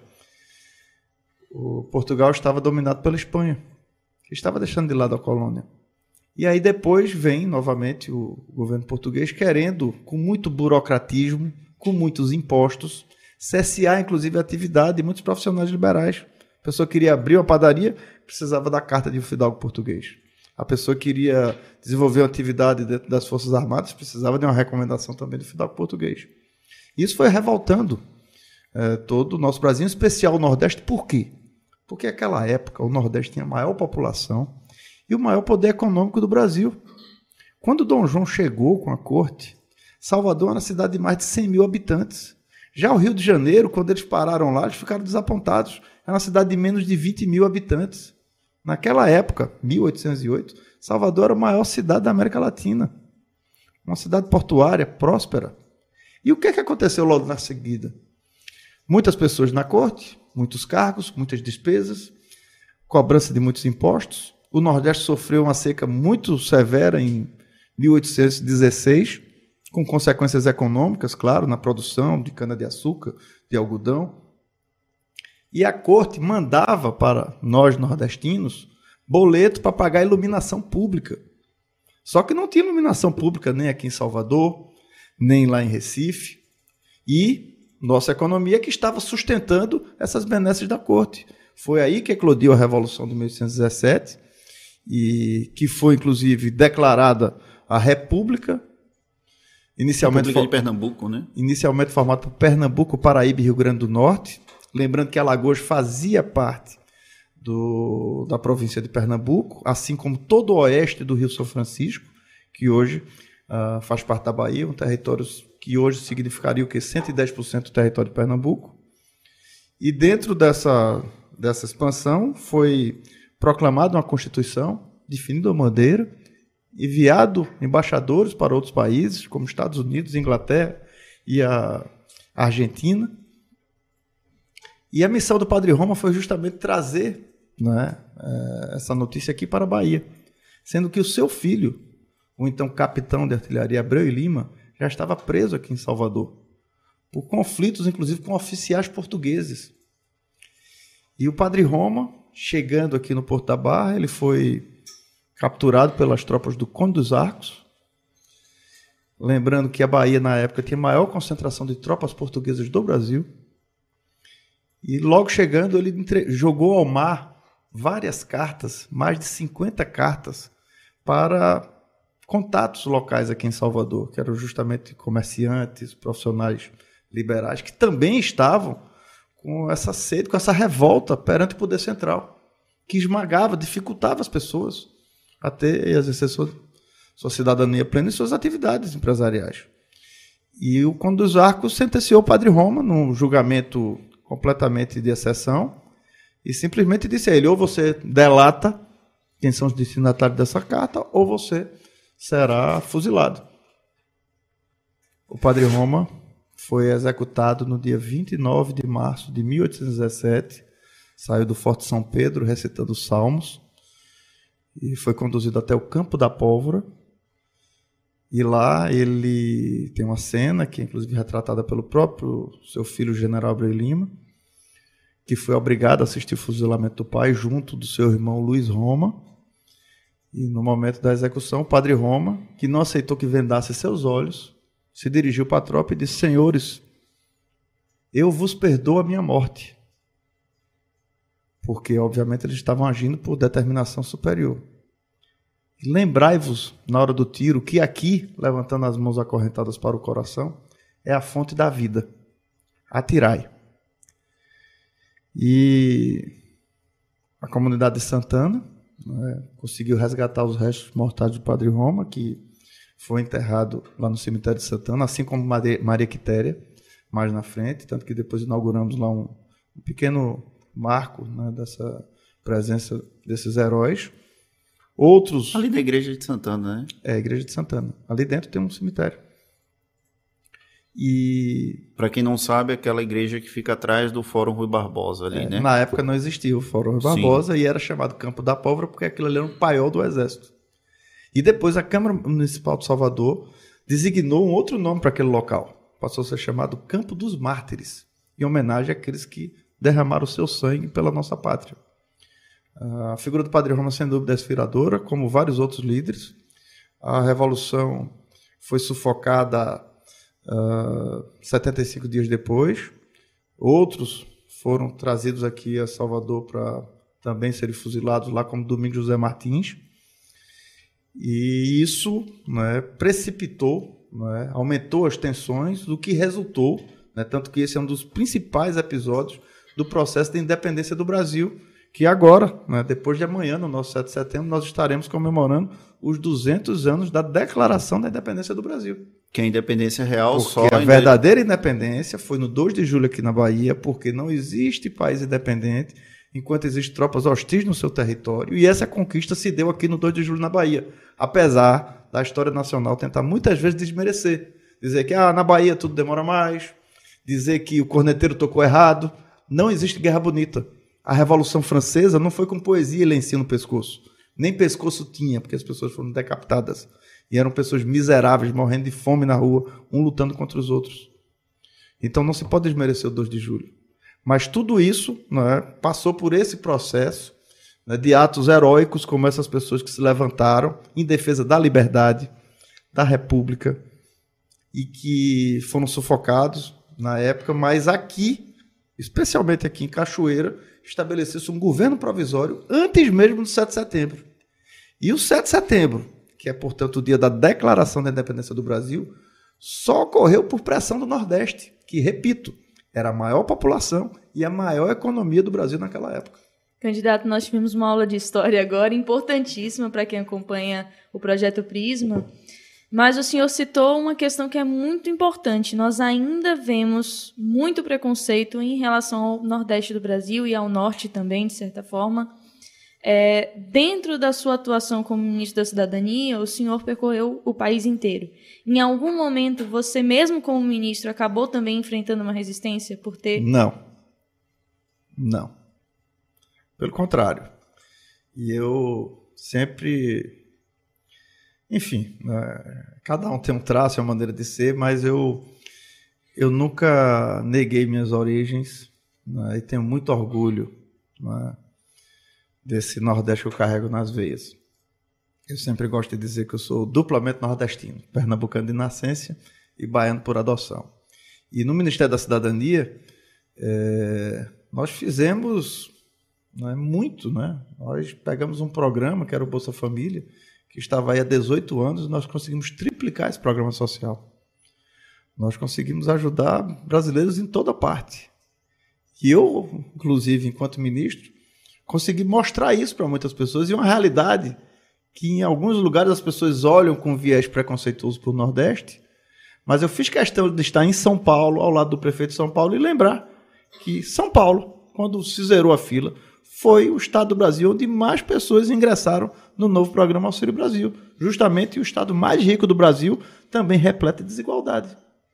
o Portugal estava dominado pela Espanha, que estava deixando de lado a colônia. E aí depois vem, novamente, o governo português querendo, com muito burocratismo, com muitos impostos, cessear, inclusive, a atividade de muitos profissionais liberais. A pessoa queria abrir uma padaria, precisava da carta de um fidalgo português. A pessoa queria desenvolver uma atividade dentro das Forças Armadas, precisava de uma recomendação também do fidalgo português. Isso foi revoltando é, todo o nosso Brasil, em especial o Nordeste. Por quê? Porque naquela época o Nordeste tinha a maior população e o maior poder econômico do Brasil. Quando Dom João chegou com a corte, Salvador era uma cidade de mais de cem mil habitantes. Já o Rio de Janeiro, quando eles pararam lá, eles ficaram desapontados. Era uma cidade de menos de vinte mil habitantes. Naquela época, mil oitocentos e oito, Salvador era a maior cidade da América Latina. Uma cidade portuária, próspera. E o que é que aconteceu logo na seguida? Muitas pessoas na corte, muitos cargos, muitas despesas, cobrança de muitos impostos. O Nordeste sofreu uma seca muito severa em mil oitocentos e dezesseis, com consequências econômicas, claro, na produção de cana-de-açúcar, de algodão. E a corte mandava para nós nordestinos boleto para pagar iluminação pública. Só que não tinha iluminação pública nem aqui em Salvador, nem lá em Recife. E nossa economia que estava sustentando essas benesses da corte. Foi aí que eclodiu a Revolução de mil oitocentos e dezessete, e que foi, inclusive, declarada a República, inicialmente, República de Pernambuco, né? Inicialmente formada por Pernambuco, Paraíba e Rio Grande do Norte. Lembrando que Alagoas fazia parte do, da província de Pernambuco, assim como todo o oeste do Rio São Francisco, que hoje uh, faz parte da Bahia, um território que hoje significaria o quê? cento e dez por cento do território de Pernambuco. E dentro dessa, dessa expansão foi proclamada uma Constituição, definida uma bandeira, enviado embaixadores para outros países, como Estados Unidos, Inglaterra e a Argentina. E a missão do Padre Roma foi justamente trazer, né, essa notícia aqui para a Bahia, sendo que o seu filho, o então capitão de artilharia Abreu e Lima, já estava preso aqui em Salvador, por conflitos, inclusive, com oficiais portugueses. E o Padre Roma, chegando aqui no Porto da Barra, ele foi capturado pelas tropas do Conde dos Arcos. Lembrando que a Bahia, na época, tinha a maior concentração de tropas portuguesas do Brasil. E logo chegando, ele entre... jogou ao mar várias cartas, mais de cinquenta cartas, para contatos locais aqui em Salvador, que eram justamente comerciantes, profissionais liberais, que também estavam com essa sede, com essa revolta perante o poder central, que esmagava, dificultava as pessoas a ter e exercer sua, sua cidadania plena e suas atividades empresariais. E o Conde dos Arcos sentenciou o Padre Roma num julgamento completamente de exceção e simplesmente disse a ele: ou você delata quem são os destinatários dessa carta, ou você será fuzilado. O Padre Roma foi executado no dia vinte e nove de março de mil oitocentos e dezessete, saiu do Forte São Pedro recitando os salmos e foi conduzido até o Campo da Pólvora. E lá ele tem uma cena que é inclusive retratada pelo próprio seu filho, o general Abreu Lima, que foi obrigado a assistir o fuzilamento do pai junto do seu irmão Luiz Roma. E no momento da execução, o Padre Roma, que não aceitou que vendasse seus olhos, se dirigiu para a tropa e disse: senhores, eu vos perdoo a minha morte. Porque, obviamente, eles estavam agindo por determinação superior. Lembrai-vos, na hora do tiro, que aqui, levantando as mãos acorrentadas para o coração, é a fonte da vida. Atirai. E a comunidade de Santana, né, conseguiu resgatar os restos mortais do Padre Roma, que foi enterrado lá no cemitério de Santana, assim como Maria Quitéria, mais na frente, tanto que depois inauguramos lá um, um pequeno marco, né, dessa presença desses heróis. Outros... Ali da igreja de Santana, né? É, a igreja de Santana. Ali dentro tem um cemitério. E... Para quem não sabe, aquela igreja que fica atrás do Fórum Rui Barbosa ali, é, né? Na época não existia o Fórum Rui Barbosa. Sim. E era chamado Campo da Pólvora porque aquilo ali era um paiol do Exército. E depois a Câmara Municipal de Salvador designou um outro nome para aquele local. Passou a ser chamado Campo dos Mártires, em homenagem àqueles que derramaram o seu sangue pela nossa pátria. A figura do Padre Roma, sem dúvida, é inspiradora, como vários outros líderes. A Revolução foi sufocada uh, setenta e cinco dias depois. Outros foram trazidos aqui a Salvador para também serem fuzilados lá, como Domingos José Martins. E isso, né, precipitou, né, aumentou as tensões, o que resultou, né, tanto que esse é um dos principais episódios do processo de independência do Brasil, que agora, né, depois de amanhã, no nosso sete de setembro, nós estaremos comemorando os duzentos anos da Declaração da Independência do Brasil. Que a independência real porque só... a verdadeira independência foi no dois de julho aqui na Bahia, porque não existe país independente enquanto existem tropas hostis no seu território, e essa conquista se deu aqui no dois de julho na Bahia, apesar da história nacional tentar muitas vezes desmerecer, dizer que ah, na Bahia tudo demora mais, dizer que o corneteiro tocou errado. Não existe guerra bonita. A Revolução Francesa não foi com poesia e lencinho no pescoço. Nem pescoço tinha, porque as pessoas foram decapitadas. E eram pessoas miseráveis, morrendo de fome na rua, um lutando contra os outros. Então não se pode desmerecer o dois de julho. Mas tudo isso, né, passou por esse processo, né, de atos heróicos, como essas pessoas que se levantaram em defesa da liberdade, da República, e que foram sufocados na época, mas aqui, especialmente aqui em Cachoeira, estabelecesse um governo provisório antes mesmo do sete de setembro. E o sete de setembro, que é, portanto, o dia da declaração da independência do Brasil, só ocorreu por pressão do Nordeste, que, repito, era a maior população e a maior economia do Brasil naquela época. Candidato, nós tivemos uma aula de história agora, importantíssima para quem acompanha o Projeto Prisma, mas o senhor citou uma questão que é muito importante. Nós ainda vemos muito preconceito em relação ao Nordeste do Brasil e ao Norte também, de certa forma. É, dentro da sua atuação como ministro da Cidadania, o senhor percorreu o país inteiro. Em algum momento, você mesmo como ministro acabou também enfrentando uma resistência por ter... Não. Não. Pelo contrário. E eu sempre... Enfim, né, cada um tem um traço, uma maneira de ser, mas eu, eu nunca neguei minhas origens, né, e tenho muito orgulho, né, desse Nordeste que eu carrego nas veias. Eu sempre gosto de dizer que eu sou duplamente nordestino, pernambucano de nascença e baiano por adoção. E no Ministério da Cidadania, é, nós fizemos, né, muito, né? Nós pegamos um programa que era o Bolsa Família, que estava aí há dezoito anos, e nós conseguimos triplicar esse programa social. Nós conseguimos ajudar brasileiros em toda parte. E eu, inclusive, enquanto ministro, consegui mostrar isso para muitas pessoas, e uma realidade que em alguns lugares as pessoas olham com viés preconceituoso para o Nordeste, mas eu fiz questão de estar em São Paulo, ao lado do prefeito de São Paulo, e lembrar que São Paulo, quando se zerou a fila, foi o estado do Brasil onde mais pessoas ingressaram no novo programa Auxílio Brasil. Justamente o estado mais rico do Brasil, também repleto de desigualdade.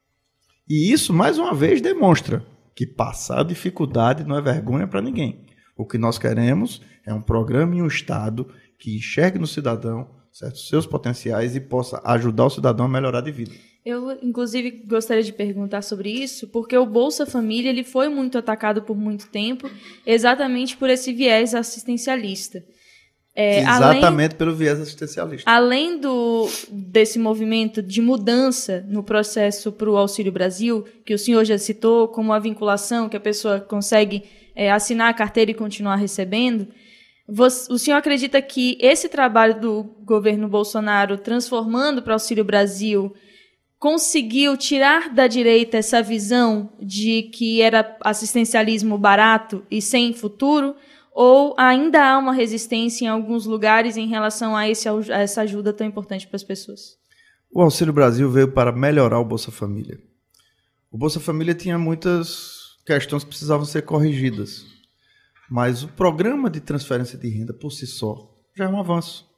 E isso, mais uma vez, demonstra que passar dificuldade não é vergonha para ninguém. O que nós queremos é um programa e um estado que enxergue no cidadão, certo, seus potenciais e possa ajudar o cidadão a melhorar de vida. Eu, inclusive, gostaria de perguntar sobre isso, porque o Bolsa Família ele foi muito atacado por muito tempo, exatamente por esse viés assistencialista. É, exatamente além, pelo viés assistencialista. Além do, desse movimento de mudança no processo para o Auxílio Brasil, que o senhor já citou, como a vinculação, que a pessoa consegue é, assinar a carteira e continuar recebendo, você, o senhor acredita que esse trabalho do governo Bolsonaro, transformando para o Auxílio Brasil, conseguiu tirar da direita essa visão de que era assistencialismo barato e sem futuro, ou ainda há uma resistência em alguns lugares em relação a, esse, a essa ajuda tão importante para as pessoas? O Auxílio Brasil veio para melhorar o Bolsa Família. O Bolsa Família tinha muitas questões que precisavam ser corrigidas, mas o programa de transferência de renda por si só já é um avanço.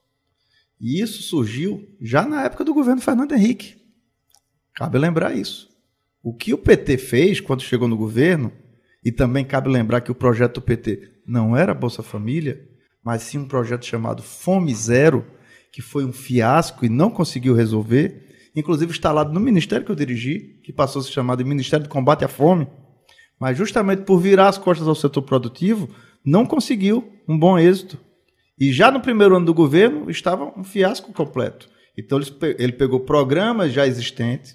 E isso surgiu já na época do governo Fernando Henrique. Cabe lembrar isso. O que o P T fez quando chegou no governo, e também cabe lembrar que o projeto do P T não era Bolsa Família, mas sim um projeto chamado Fome Zero, que foi um fiasco e não conseguiu resolver, inclusive instalado no ministério que eu dirigi, que passou a se chamar de Ministério de Combate à Fome, mas justamente por virar as costas ao setor produtivo, não conseguiu um bom êxito. E já no primeiro ano do governo, estava um fiasco completo. Então ele pegou programas já existentes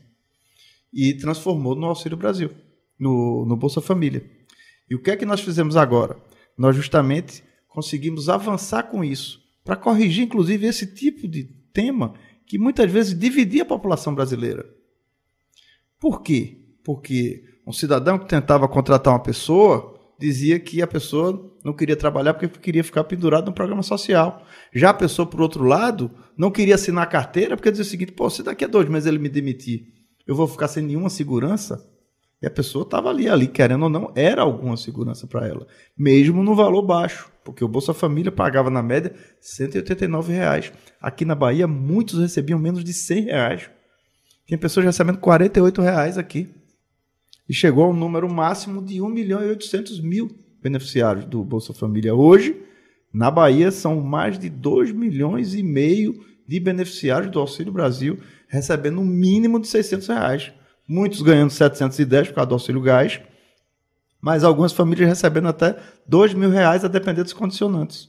e transformou no Auxílio Brasil, no, no Bolsa Família. E o que é que nós fizemos agora? Nós justamente conseguimos avançar com isso, para corrigir, inclusive, esse tipo de tema que muitas vezes dividia a população brasileira. Por quê? Porque um cidadão que tentava contratar uma pessoa dizia que a pessoa não queria trabalhar porque queria ficar pendurado no programa social. Já a pessoa, por outro lado, não queria assinar a carteira porque dizia o seguinte: pô, se daqui a dois meses ele me demitir, eu vou ficar sem nenhuma segurança. E a pessoa estava ali, ali, querendo ou não, era alguma segurança para ela, mesmo no valor baixo, porque o Bolsa Família pagava, na média, cento e oitenta e nove reais. Aqui na Bahia, muitos recebiam menos de cem reais. Tem pessoas recebendo quarenta e oito reais aqui. E chegou ao número máximo de um milhão e oitocentos mil beneficiários do Bolsa Família. Hoje, na Bahia, são mais de dois milhões e meio de beneficiários do Auxílio Brasil, recebendo um mínimo de seiscentos reais. Muitos ganhando setecentos e dez por causa do Auxílio Gás, mas algumas famílias recebendo até dois mil reais, a depender dos condicionantes.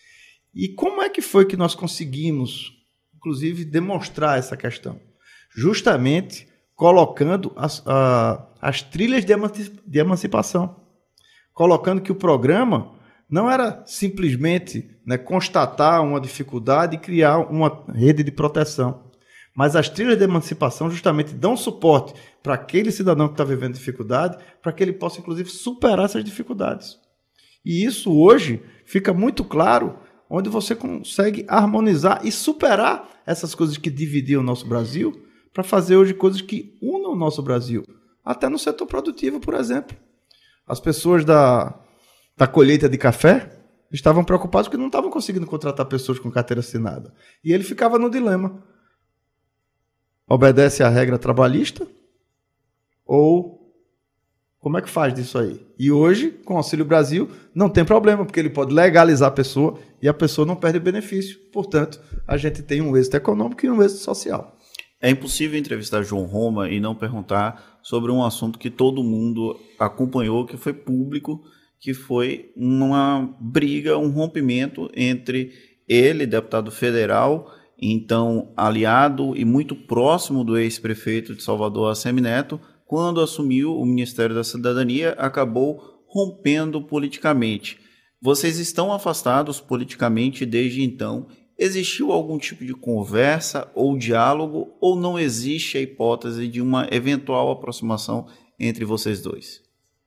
E como é que foi que nós conseguimos, inclusive, demonstrar essa questão? Justamente colocando as, a, as trilhas de, emanci- de emancipação, colocando que o programa não era simplesmente, né, constatar uma dificuldade e criar uma rede de proteção. Mas as trilhas de emancipação justamente dão suporte para aquele cidadão que está vivendo dificuldade, para que ele possa, inclusive, superar essas dificuldades. E isso hoje fica muito claro, onde você consegue harmonizar e superar essas coisas que dividiam o nosso Brasil, para fazer hoje coisas que unam o nosso Brasil. Até no setor produtivo, por exemplo. As pessoas da, da colheita de café estavam preocupadas porque não estavam conseguindo contratar pessoas com carteira assinada. E ele ficava no dilema. Obedece à regra trabalhista ou como é que faz disso aí? E hoje, com o Auxílio Brasil, não tem problema, porque ele pode legalizar a pessoa e a pessoa não perde benefício. Portanto, a gente tem um êxito econômico e um êxito social. É impossível entrevistar João Roma e não perguntar sobre um assunto que todo mundo acompanhou, que foi público, que foi uma briga, um rompimento entre ele, deputado federal, então aliado e muito próximo do ex-prefeito de Salvador, Assemineto, quando assumiu o Ministério da Cidadania, acabou rompendo politicamente. Vocês estão afastados politicamente desde então. Existiu algum tipo de conversa ou diálogo, ou não existe a hipótese de uma eventual aproximação entre vocês dois?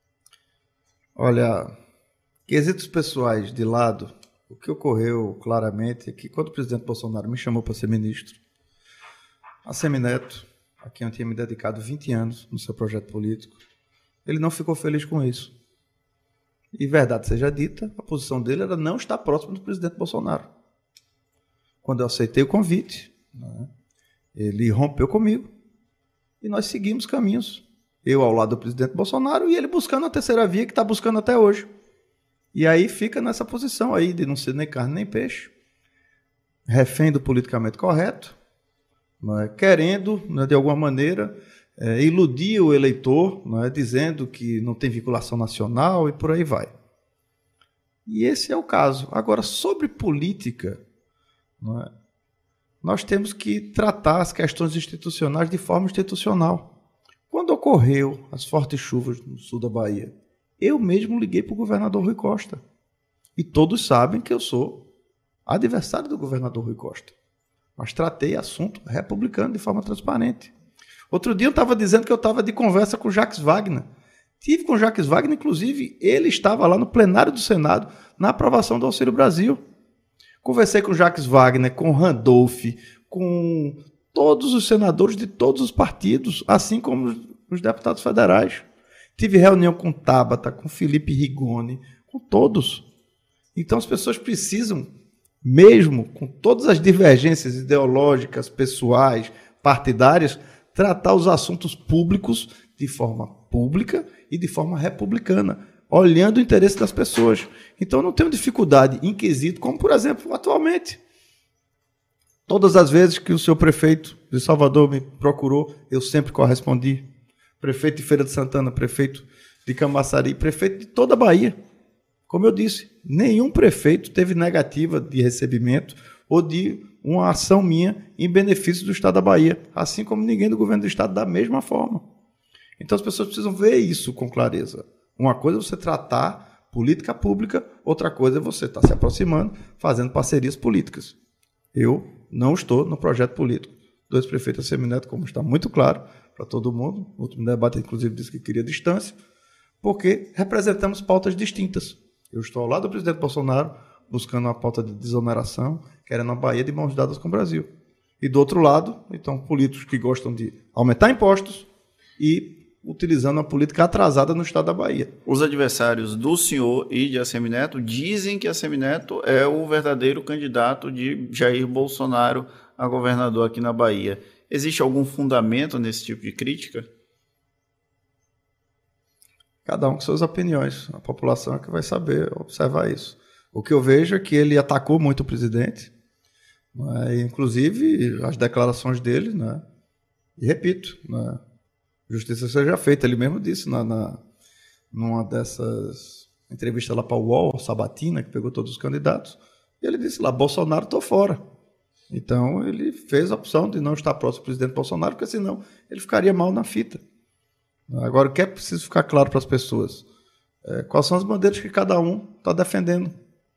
Olha, quesitos pessoais de lado, o que ocorreu claramente é que quando o presidente Bolsonaro me chamou para ser ministro, Assemineto, a quem eu tinha me dedicado vinte anos no seu projeto político, ele não ficou feliz com isso. E verdade seja dita, a posição dele era não estar próximo do presidente Bolsonaro. Quando eu aceitei o convite, né, ele rompeu comigo e nós seguimos caminhos. Eu ao lado do presidente Bolsonaro e ele buscando a terceira via que está buscando até hoje. E aí fica nessa posição aí de não ser nem carne nem peixe, refém do politicamente correto, né, querendo, né, de alguma maneira, é, iludir o eleitor, né, dizendo que não tem vinculação nacional e por aí vai. E esse é o caso. Agora, sobre política, não é? Nós temos que tratar as questões institucionais de forma institucional. Quando ocorreu as fortes chuvas no sul da Bahia, eu mesmo liguei para o governador Rui Costa. E todos sabem que eu sou adversário do governador Rui Costa. Mas tratei assunto republicano de forma transparente. Outro dia eu estava dizendo que eu estava de conversa com o Jacques Wagner. Tive com o Jacques Wagner, inclusive, ele estava lá no plenário do Senado, na aprovação do Auxílio Brasil. Conversei com o Jacques Wagner, com o Randolph, com todos os senadores de todos os partidos, assim como os deputados federais. Tive reunião com Tabata, com Felipe Rigoni, com todos. Então as pessoas precisam, mesmo com todas as divergências ideológicas, pessoais, partidárias, tratar os assuntos públicos de forma pública e de forma republicana, olhando o interesse das pessoas. Então, não tenho dificuldade em quesito, como, por exemplo, atualmente. Todas as vezes que o seu prefeito de Salvador me procurou, eu sempre correspondi. Prefeito de Feira de Santana, prefeito de Camaçari, prefeito de toda a Bahia. Como eu disse, nenhum prefeito teve negativa de recebimento ou de uma ação minha em benefício do Estado da Bahia, assim como ninguém do governo do Estado da mesma forma. Então, as pessoas precisam ver isso com clareza. Uma coisa é você tratar política pública, outra coisa é você estar se aproximando, fazendo parcerias políticas. Eu não estou no projeto político do ex-prefeito Assemineto, como está muito claro para todo mundo. No último debate, inclusive, disse que queria distância, porque representamos pautas distintas. Eu estou ao lado do presidente Bolsonaro, buscando uma pauta de desoneração, querendo a Bahia de mãos dadas com o Brasil. E do outro lado, então, políticos que gostam de aumentar impostos e utilizando uma política atrasada no estado da Bahia. Os adversários do senhor e de Assemineto dizem que Assemineto é o verdadeiro candidato de Jair Bolsonaro a governador aqui na Bahia. Existe algum fundamento nesse tipo de crítica? Cada um com suas opiniões. A população é que vai saber observar isso. O que eu vejo é que ele atacou muito o presidente, né? Inclusive as declarações dele, né? E repito, né? Justiça seja feita. Ele mesmo disse na, na, numa dessas entrevistas lá para o U O L, Sabatina, que pegou todos os candidatos, e ele disse lá, Bolsonaro, estou fora. Então, ele fez a opção de não estar próximo do presidente Bolsonaro, porque senão ele ficaria mal na fita. Agora, o que é preciso ficar claro para as pessoas? é, quais são as bandeiras que cada um está defendendo.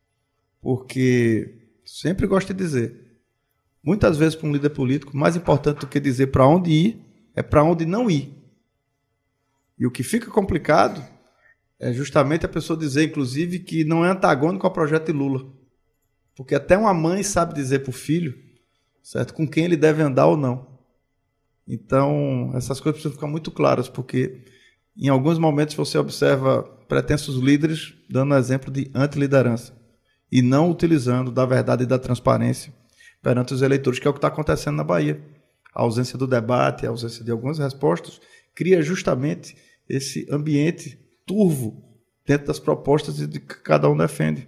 Porque, sempre gosto de dizer, muitas vezes para um líder político, mais importante do que dizer para onde ir, é para onde não ir. E o que fica complicado é justamente a pessoa dizer, inclusive, que não é antagônico ao projeto de Lula. Porque até uma mãe sabe dizer para o filho, certo, com quem ele deve andar ou não. Então, essas coisas precisam ficar muito claras, porque em alguns momentos você observa pretensos líderes dando exemplo de antiliderança e não utilizando da verdade e da transparência perante os eleitores, que é o que está acontecendo na Bahia. A ausência do debate, a ausência de algumas respostas, cria justamente esse ambiente turvo dentro das propostas de que cada um defende.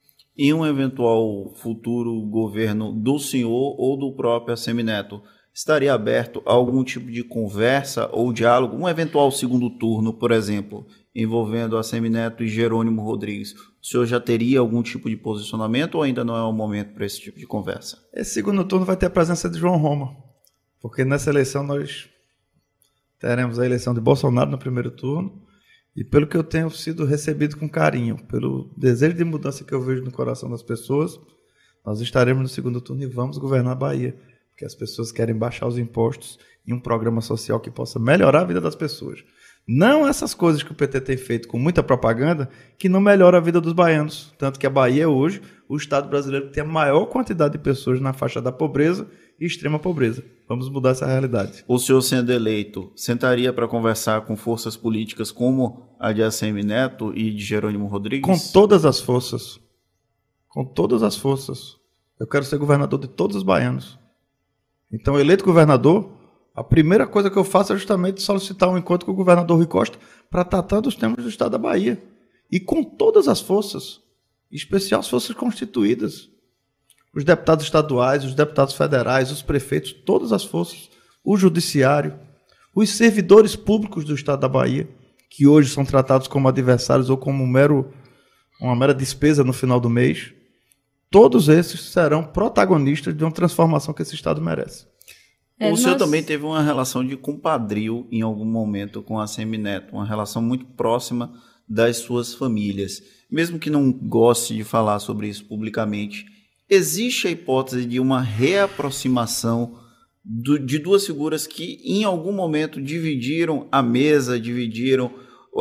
Em um eventual futuro governo do senhor ou do próprio Assemineto, estaria aberto a algum tipo de conversa ou diálogo, um eventual segundo turno, por exemplo, envolvendo Assemineto e Jerônimo Rodrigues? O senhor já teria algum tipo de posicionamento ou ainda não é o momento para esse tipo de conversa? Esse segundo turno vai ter a presença de João Roma, porque nessa eleição nós teremos a eleição de Bolsonaro no primeiro turno, e pelo que eu tenho sido recebido com carinho, pelo desejo de mudança que eu vejo no coração das pessoas, nós estaremos no segundo turno e vamos governar a Bahia, porque as pessoas querem baixar os impostos em um programa social que possa melhorar a vida das pessoas. Não essas coisas que o P T tem feito com muita propaganda, que não melhora a vida dos baianos. Tanto que a Bahia é hoje o estado brasileiro que tem a maior quantidade de pessoas na faixa da pobreza e extrema pobreza. Vamos mudar essa realidade. O senhor, sendo eleito, sentaria para conversar com forças políticas como a de Assemineto e de Jerônimo Rodrigues? Com todas as forças. Com todas as forças. Eu quero ser governador de todos os baianos. Então, eleito governador, a primeira coisa que eu faço é justamente solicitar um encontro com o governador Rui Costa para tratar dos temas do estado da Bahia. E com todas as forças, em especial as forças constituídas. Os deputados estaduais, os deputados federais, os prefeitos, todas as forças, o judiciário, os servidores públicos do estado da Bahia, que hoje são tratados como adversários ou como um mero, uma mera despesa no final do mês. Todos esses serão protagonistas de uma transformação que esse estado merece. É, o senhor nós... também teve uma relação de compadrio em algum momento com a Assemineto, uma relação muito próxima das suas famílias. Mesmo que não goste de falar sobre isso publicamente, existe a hipótese de uma reaproximação do, de duas figuras que em algum momento dividiram a mesa, dividiram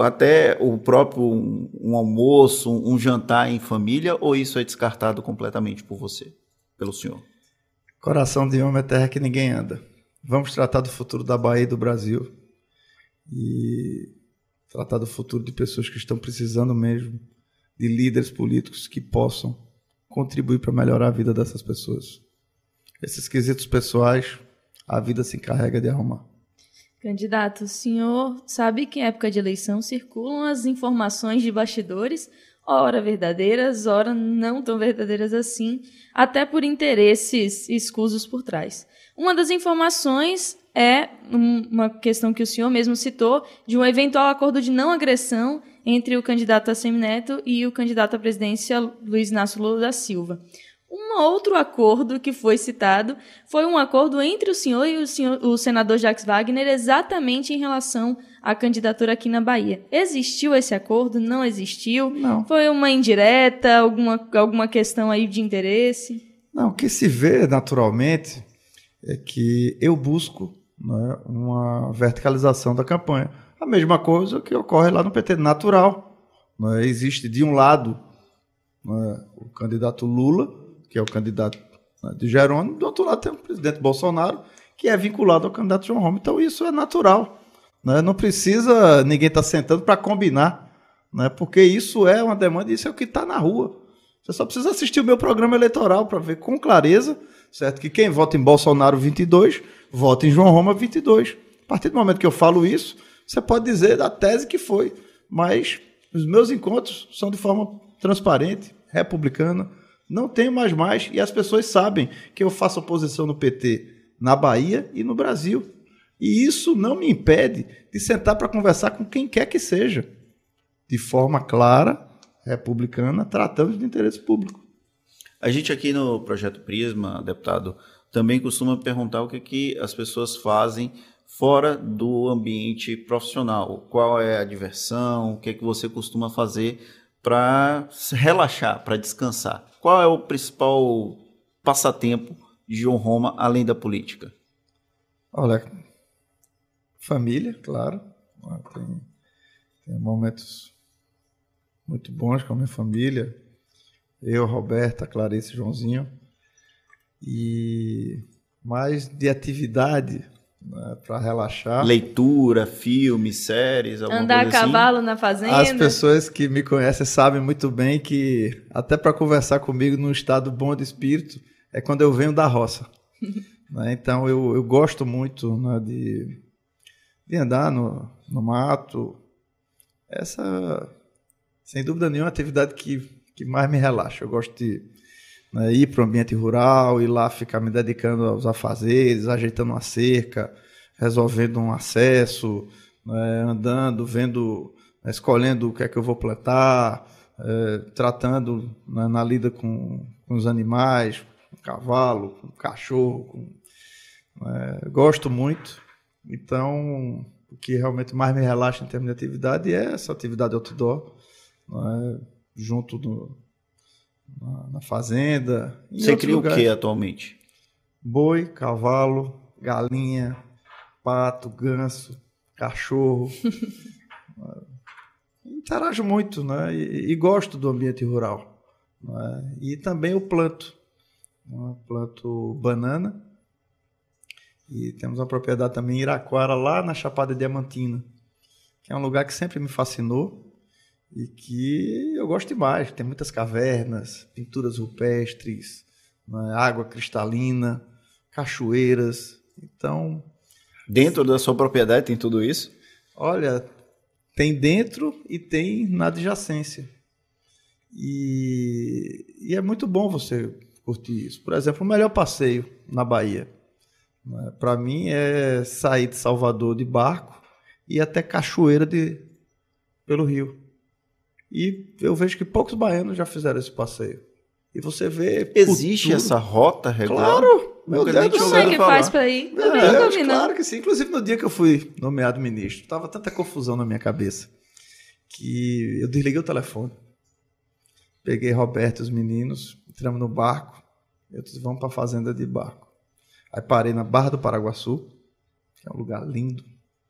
até o próprio um, um almoço, um, um jantar em família, ou isso é descartado completamente por você, pelo senhor? Coração de homem é terra que ninguém anda. Vamos tratar do futuro da Bahia e do Brasil. E tratar do futuro de pessoas que estão precisando mesmo de líderes políticos que possam contribuir para melhorar a vida dessas pessoas. Esses quesitos pessoais, a vida se encarrega de arrumar. Candidato, o senhor sabe que em época de eleição circulam as informações de bastidores, ora verdadeiras, ora não tão verdadeiras assim, até por interesses escusos por trás. Uma das informações é uma questão que o senhor mesmo citou, de um eventual acordo de não agressão entre o candidato Assemineto e o candidato à presidência Luiz Inácio Lula da Silva. Um outro acordo que foi citado foi um acordo entre o senhor e o, senhor, o senador Jacques Wagner exatamente em relação à candidatura aqui na Bahia. Existiu esse acordo? Não existiu? Não. Foi uma indireta, alguma, alguma questão aí de interesse? Não, o que se vê naturalmente é que eu busco, né, uma verticalização da campanha. A mesma coisa que ocorre lá no P T, natural. Né? Existe de um lado, né, o candidato Lula, que é o candidato, né, de Jerônimo, do outro lado tem o presidente Bolsonaro, que é vinculado ao candidato João Roma. Então isso é natural. Né? Não precisa ninguém estar sentando para combinar, né? Porque isso é uma demanda e isso é o que está na rua. Você só precisa assistir o meu programa eleitoral para ver com clareza, certo, que quem vota em Bolsonaro vinte e dois, vota em João Roma vinte e dois. A partir do momento que eu falo isso, você pode dizer da tese que foi, mas os meus encontros são de forma transparente, republicana, não tenho mais mais, e as pessoas sabem que eu faço oposição no P T na Bahia e no Brasil. E isso não me impede de sentar para conversar com quem quer que seja, de forma clara, republicana, tratando de interesse público. A gente aqui no Projeto Prisma, deputado, também costuma perguntar o que, que as pessoas fazem fora do ambiente profissional? Qual é a diversão? O que é que você costuma fazer para relaxar, para descansar? Qual é o principal passatempo de João Roma, além da política? Olha, família, claro. Tem, tem momentos muito bons com a minha família. Eu, Roberta, Clarice, Joãozinho. E mais de atividade, né, para relaxar. Leitura, filmes, séries, alguma Andar coisa a cavalo assim? na fazenda. As pessoas que me conhecem sabem muito bem que até para conversar comigo num estado bom de espírito é quando eu venho da roça. Né? Então eu, eu gosto muito, né, de, de andar no, no mato. Essa, sem dúvida nenhuma, é a atividade que, que mais me relaxa. Eu gosto de, né, ir para o ambiente rural, ir lá ficar me dedicando aos afazeres, ajeitando uma cerca, resolvendo um acesso, né, andando, vendo, escolhendo o que é que eu vou plantar, é, tratando, né, na lida com, com os animais, com o cavalo, com o cachorro. Com, é, gosto muito. Então, o que realmente mais me relaxa em termos de atividade é essa atividade outdoor, né, junto do, na, na fazenda. Você cria lugares. O que atualmente? Boi, cavalo, galinha, pato, ganso, cachorro. Interajo muito, né? E, e gosto do ambiente rural. Né? E também eu planto. Né? Planto banana. E temos uma propriedade também em Iraquara, lá na Chapada Diamantina, que é um lugar que sempre me fascinou e que eu gosto demais. Tem muitas cavernas, pinturas rupestres, né? Água cristalina, cachoeiras. Então, dentro da sua propriedade tem tudo isso? Olha, tem dentro e tem na adjacência. E, e é muito bom você curtir isso. Por exemplo, o melhor passeio na Bahia, né, para mim, é sair de Salvador de barco e ir até Cachoeira de, pelo rio. E eu vejo que poucos baianos já fizeram esse passeio. E você vê... Existe essa rota regular? Claro! Meu Deus Deus do Como céu. é que faz para ir? Também É, não vi, não. claro que sim. Inclusive, no dia que eu fui nomeado ministro, estava tanta confusão na minha cabeça que eu desliguei o telefone. Peguei Roberto e os meninos, entramos no barco. Eu disse, vamos para a fazenda de barco. Aí parei na Barra do Paraguaçu, que é um lugar lindo,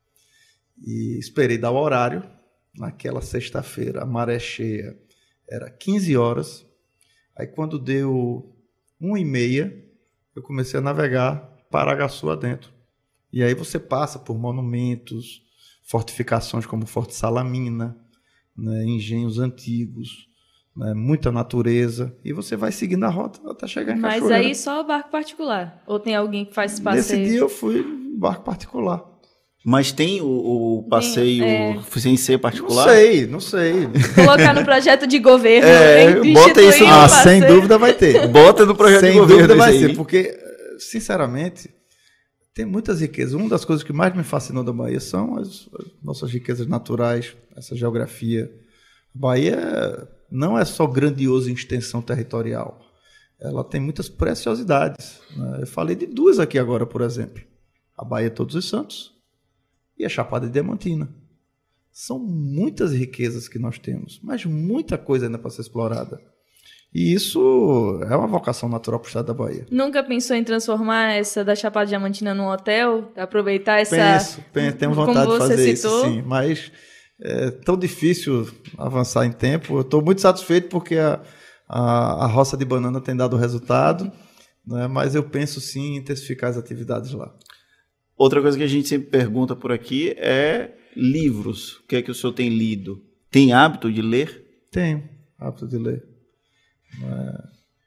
e esperei dar o horário. Naquela sexta-feira, a maré cheia era quinze horas. Aí quando deu uma e meia, eu comecei a navegar Paraguaçu adentro. E aí você passa por monumentos, fortificações como Forte Salamina, né, engenhos antigos, né, muita natureza, e você vai seguindo a rota até chegar em Mas Cachoeira. aí só barco particular? Ou tem alguém que faz esse passeio? Nesse dia eu fui em barco particular. Mas tem o, o passeio Tem, é... sem ser particular? Não sei, não sei. Colocar no projeto de governo. É, bota isso. Um ah, sem dúvida vai ter. Bota no projeto sem de governo. Sem dúvida vai aí. ser, porque, sinceramente, tem muitas riquezas. Uma das coisas que mais me fascinou da Bahia são as, as nossas riquezas naturais, essa geografia. A Bahia não é só grandiosa em extensão territorial. Ela tem muitas preciosidades. Né? Eu falei de duas aqui agora, por exemplo. A Bahia Todos os Santos e a Chapada Diamantina. São muitas riquezas que nós temos, mas muita coisa ainda para ser explorada. E isso é uma vocação natural para o estado da Bahia. Nunca pensou em transformar essa da Chapada Diamantina num hotel? Aproveitar essa... Penso, penso tenho vontade de fazer citou. isso, sim. Mas é tão difícil avançar em tempo. Eu estou muito satisfeito porque a, a, a roça de banana tem dado resultado, né? Mas eu penso sim em intensificar as atividades lá. Outra coisa que a gente sempre pergunta por aqui é livros. O que é que o senhor tem lido? Tem hábito de ler? Tenho hábito de ler. É,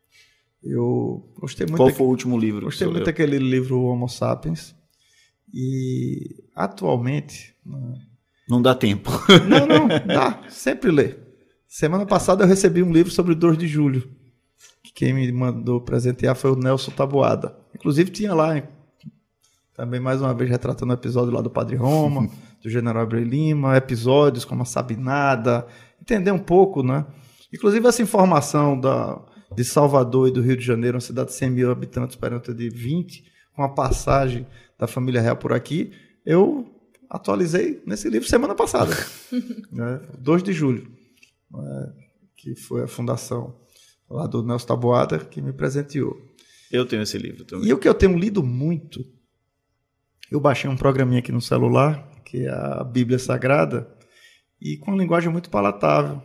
eu gostei muito. Qual daqu... foi o último livro? Gostei muito daquele livro Homo Sapiens. E atualmente. Não dá tempo. Não, não, dá. Sempre lê. Semana passada eu recebi um livro sobre o dois de julho. Que quem me mandou presentear foi o Nelson Taboada. Inclusive tinha lá, também mais uma vez retratando o episódio lá do Padre Roma, do General Abreu Lima, episódios como a Sabinada, entender um pouco, né? Inclusive essa informação da, de Salvador e do Rio de Janeiro, uma cidade de cem mil habitantes perante de vinte, com a passagem da família real por aqui, eu atualizei nesse livro semana passada, né, dois de julho, né, que foi a fundação lá do Nelson Taboada que me presenteou. Eu tenho esse livro também. E o que eu tenho lido muito, eu baixei um programinha aqui no celular, que é a Bíblia Sagrada, e com uma linguagem muito palatável.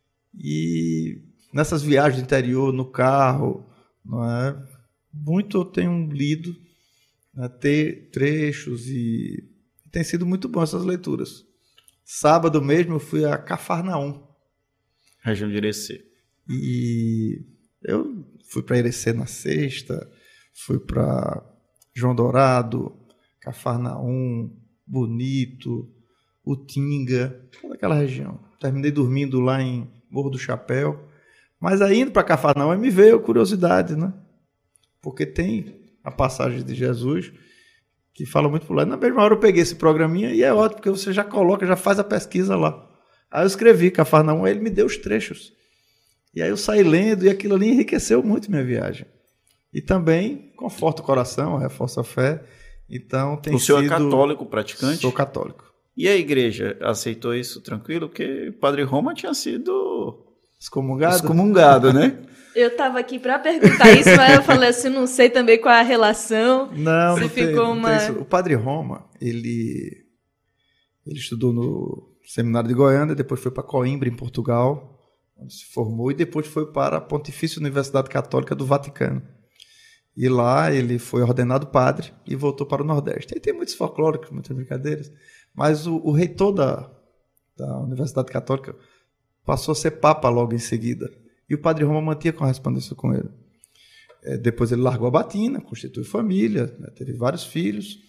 E nessas viagens do interior, no carro, não é? Muito eu tenho lido, né, ter trechos e tem sido muito bom essas leituras. Sábado mesmo eu fui a Cafarnaum. Região de Irecê. E eu fui para Irecê na sexta, fui para João Dourado, Cafarnaum, Bonito, Utinga, toda aquela região. Terminei dormindo lá em Morro do Chapéu. Mas aí indo para Cafarnaum me veio a curiosidade, né? Porque tem a passagem de Jesus que fala muito por lá. Na mesma hora eu peguei esse programinha e é ótimo, porque você já coloca, já faz a pesquisa lá. Aí eu escrevi Cafarnaum, aí ele me deu os trechos. E aí eu saí lendo e aquilo ali enriqueceu muito minha viagem. E também conforta o coração, reforça a fé. Então tem o senhor sido... é católico praticante? Sou católico. E a igreja aceitou isso tranquilo? Porque o Padre Roma tinha sido... Excomungado? Excomungado, né? Eu estava aqui para perguntar isso, mas eu falei assim, não sei também qual é a relação. Não, se não, ficou tem, não uma... tem isso. O Padre Roma, ele, ele estudou no Seminário de Goiânia, depois foi para Coimbra, em Portugal, onde se formou, e depois foi para a Pontifícia Universidade Católica do Vaticano. E lá ele foi ordenado padre e voltou para o Nordeste. Aí tem muitos folclóricos, muitas brincadeiras, mas o, o reitor da, da Universidade Católica passou a ser papa logo em seguida. E o Padre Roma mantinha correspondência com ele. É, depois ele largou a batina, constituiu família, né, teve vários filhos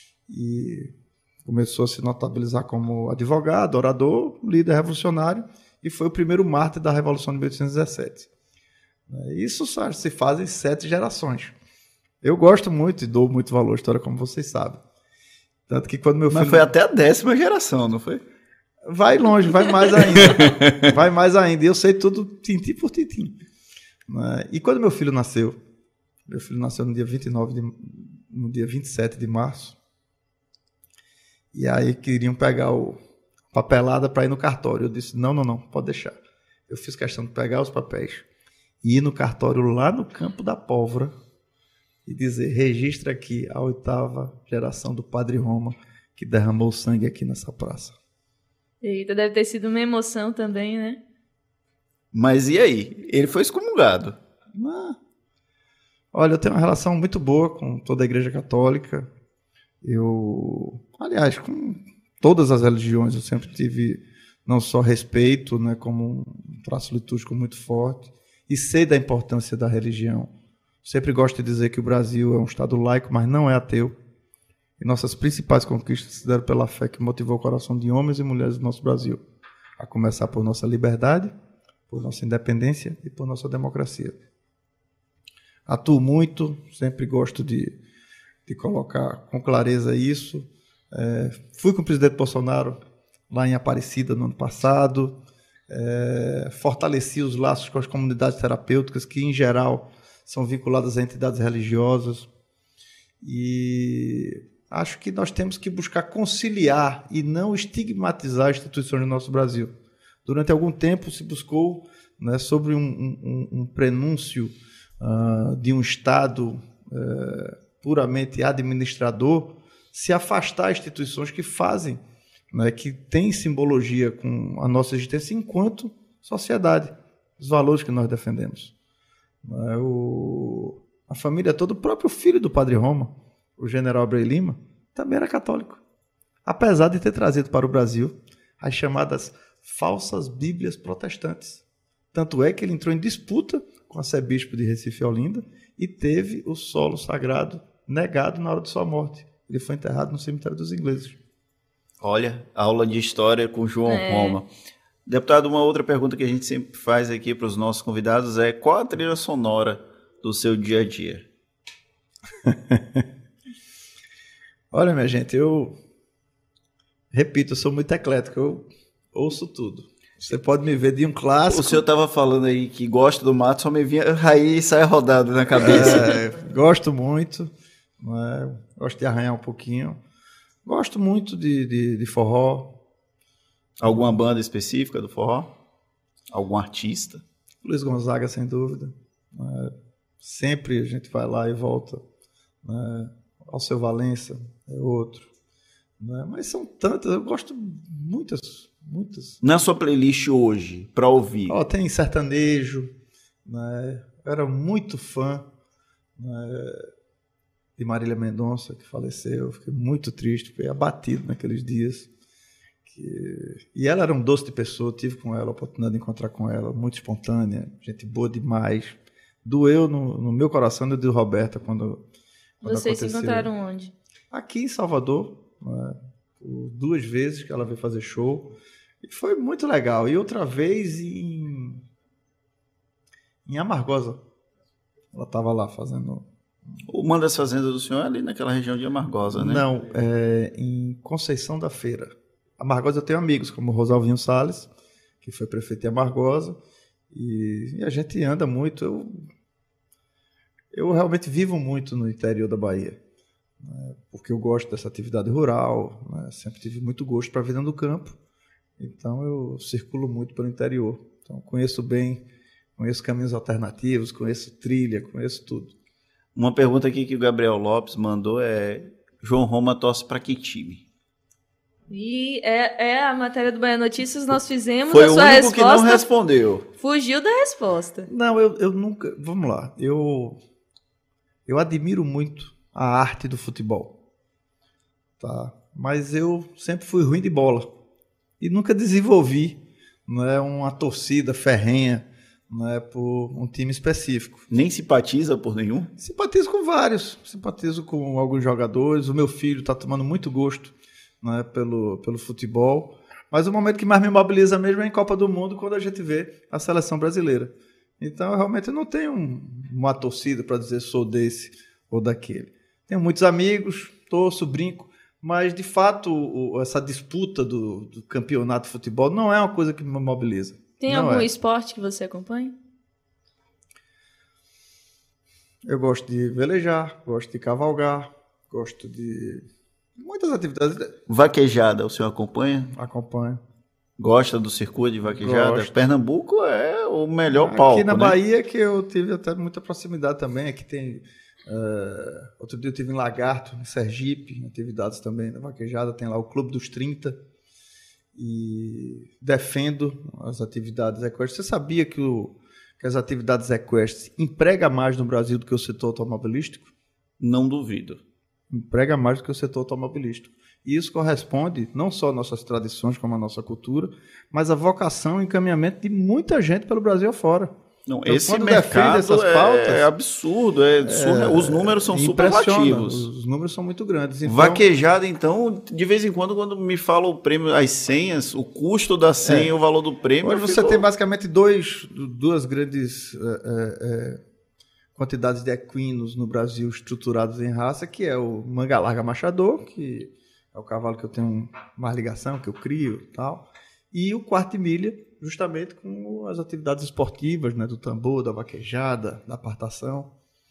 e começou a se notabilizar como advogado, orador, líder revolucionário e foi o primeiro mártir da Revolução de mil oitocentos e dezessete. Isso se faz em sete gerações. Eu gosto muito e dou muito valor à história, como vocês sabem. Tanto que quando meu filho... Mas foi até a décima geração, não foi? Vai longe, vai mais ainda. Vai mais ainda. E eu sei tudo tintim por tintim. E quando meu filho nasceu, meu filho nasceu no dia vinte e nove de, no dia vinte e sete de março, e aí queriam pegar o papelada para ir no cartório. Eu disse, não, não, não, pode deixar. Eu fiz questão de pegar os papéis e ir no cartório lá no Campo da Pólvora e dizer, registra aqui a oitava geração do Padre Roma que derramou sangue aqui nessa praça. Eita, deve ter sido uma emoção também, né? Mas e aí? Ele foi excomungado. Ah, olha, eu tenho uma relação muito boa com toda a Igreja Católica. Eu, aliás, com todas as religiões, eu sempre tive não só respeito, né, como um traço litúrgico muito forte, e sei da importância da religião. Sempre gosto de dizer que o Brasil é um Estado laico, mas não é ateu. E nossas principais conquistas se deram pela fé que motivou o coração de homens e mulheres do nosso Brasil, a começar por nossa liberdade, por nossa independência e por nossa democracia. Atuo muito, sempre gosto de, de colocar com clareza isso. É, fui com o presidente Bolsonaro lá em Aparecida no ano passado, é, fortaleci os laços com as comunidades terapêuticas, que em geral são vinculadas a entidades religiosas, e acho que nós temos que buscar conciliar e não estigmatizar as instituições do nosso Brasil. Durante algum tempo se buscou, né, sobre um, um, um prenúncio uh, de um Estado uh, puramente administrador, se afastar instituições que fazem, né, que têm simbologia com a nossa existência enquanto sociedade, os valores que nós defendemos. Né, o, a família toda, o próprio filho do Padre Roma, o general Abreu Lima, também era católico, apesar de ter trazido para o Brasil as chamadas falsas bíblias protestantes. Tanto é que ele entrou em disputa com o arcebispo de Recife e Olinda e teve o solo sagrado negado na hora de sua morte. Ele foi enterrado no cemitério dos ingleses. Olha, aula de história com João é. Roma. Deputado, uma outra pergunta que a gente sempre faz aqui para os nossos convidados é: qual a trilha sonora do seu dia a dia? Olha, minha gente, eu repito, eu sou muito eclético, eu ouço tudo. Você pode me ver de um clássico. O senhor estava falando aí que gosta do mato, só me vinha aí e sai rodado na cabeça. É, gosto muito, né? Gosto de arranhar um pouquinho, Gosto muito de, de, de forró. Alguma banda específica do forró? Algum artista? Luiz Gonzaga, sem dúvida. É, sempre a gente vai lá e volta. É, Alceu Valença é outro. É, mas são tantas, eu gosto muitas, muitas. Na sua playlist hoje, para ouvir? Oh, tem sertanejo. Né? Eu era muito fã, né, de Marília Mendonça, que faleceu. Fiquei muito triste, fiquei abatido naqueles dias. Que... E ela era um doce de pessoa, tive com ela a oportunidade de encontrar com ela, muito espontânea, gente boa demais. Doeu no, no meu coração e do Roberta quando, quando Vocês aconteceu. se encontraram onde? Aqui em Salvador, né, duas vezes que ela veio fazer show, e foi muito legal. E outra vez em, em Amargosa, ela estava lá fazendo... Uma das fazendas do senhor é ali naquela região de Amargosa, né? Não, é em Conceição da Feira. Amargosa eu tenho amigos, como Rosalvinho Salles, que foi prefeito de Amargosa, e, e a gente anda muito. Eu, eu realmente vivo muito no interior da Bahia, né, porque eu gosto dessa atividade rural, né, sempre tive muito gosto para a vida no campo, então eu circulo muito pelo interior. Então conheço bem, conheço caminhos alternativos, conheço trilha, conheço tudo. Uma pergunta aqui que o Gabriel Lopes mandou é: João Roma torce para que time? E é, é a matéria do Bahia Notícias, nós fizemos. Foi a o sua único resposta, que não respondeu. Fugiu da resposta. Não, eu, eu nunca... Vamos lá. Eu, eu admiro muito a arte do futebol. Tá? Mas eu sempre fui ruim de bola. E nunca desenvolvi, né, uma torcida ferrenha, né, por um time específico. Nem simpatiza por nenhum? Simpatizo com vários. Simpatizo com alguns jogadores. O meu filho está tomando muito gosto, né, pelo, pelo futebol, mas o momento que mais me mobiliza mesmo é em Copa do Mundo, quando a gente vê a seleção brasileira. Então, eu realmente não tenho um, uma torcida para dizer sou desse ou daquele. Tenho muitos amigos, torço, brinco, mas, de fato, o, essa disputa do, do campeonato de futebol não é uma coisa que me mobiliza. Tem não algum é. esporte que você acompanha? Eu gosto de velejar, gosto de cavalgar, gosto de... muitas atividades. Vaquejada, o senhor acompanha? Acompanho. Gosta do circuito de vaquejada? Gosto. Pernambuco é o melhor Aqui palco, Aqui na né? Bahia, que eu tive até muita proximidade também. Aqui tem... Uh, outro dia eu estive em Lagarto, em Sergipe, atividades também da vaquejada. Tem lá o Clube dos trinta. E defendo as atividades equestres. Você sabia que, o, que as atividades equestres empregam mais no Brasil do que o setor automobilístico? Não duvido. Emprega mais do que o setor automobilístico. E isso corresponde não só às nossas tradições, como à nossa cultura, mas à vocação e encaminhamento de muita gente pelo Brasil afora. Não, então, esse mercado essas pautas, é absurdo, é, é, os números são superlativos. Os números são muito grandes. Então, vaquejada, então, de vez em quando, quando me fala o prêmio, as senhas, o custo da senha e é. o valor do prêmio... Hoje você fico... tem basicamente dois, duas grandes... É, é, quantidades de equinos no Brasil estruturados em raça, que é o manga larga machador, que é o cavalo que eu tenho mais ligação, que eu crio e tal, e o quarto de milha, justamente com as atividades esportivas, né, do tambor, da vaquejada, da apartação.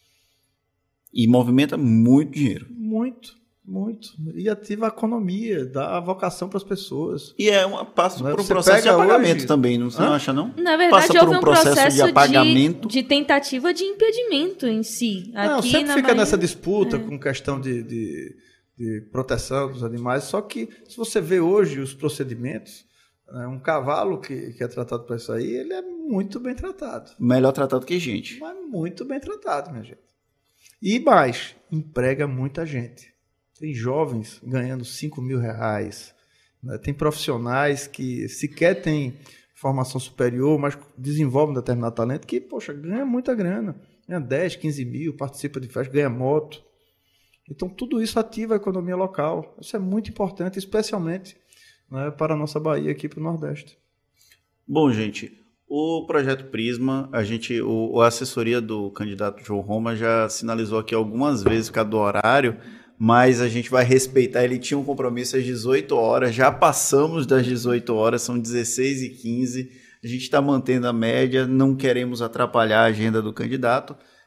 E movimenta muito dinheiro. Muito, muito. E ativa a economia, dá a vocação para as pessoas. E é uma, passa por um você processo de apagamento hoje... também, não, você não acha, não? Na verdade, passa por houve um um processo, processo de apagamento. De, de tentativa de impedimento em si. Não, Aqui sempre na fica Bahia... nessa disputa é. com questão de, de, de proteção dos animais, só que se você vê hoje os procedimentos, né, um cavalo que, que é tratado para isso aí, ele é muito bem tratado. Melhor tratado que gente. Mas muito bem tratado, minha gente. E mais, emprega muita gente. Tem jovens ganhando cinco mil reais, né? Tem profissionais que sequer têm formação superior, mas desenvolvem um determinado talento que, poxa, ganha muita grana. Ganha dez, quinze mil, participa de festa, ganha moto. Então, tudo isso ativa a economia local. Isso é muito importante, especialmente, né, para a nossa Bahia aqui para o Nordeste. Bom, gente, o Projeto Prisma, a, gente, o, a assessoria do candidato João Roma já sinalizou aqui algumas vezes por causa do horário, mas a gente vai respeitar. Ele tinha um compromisso às dezoito horas, já passamos das dezoito horas, são dezesseis e quinze. A gente está mantendo a média, não queremos atrapalhar a agenda do candidato.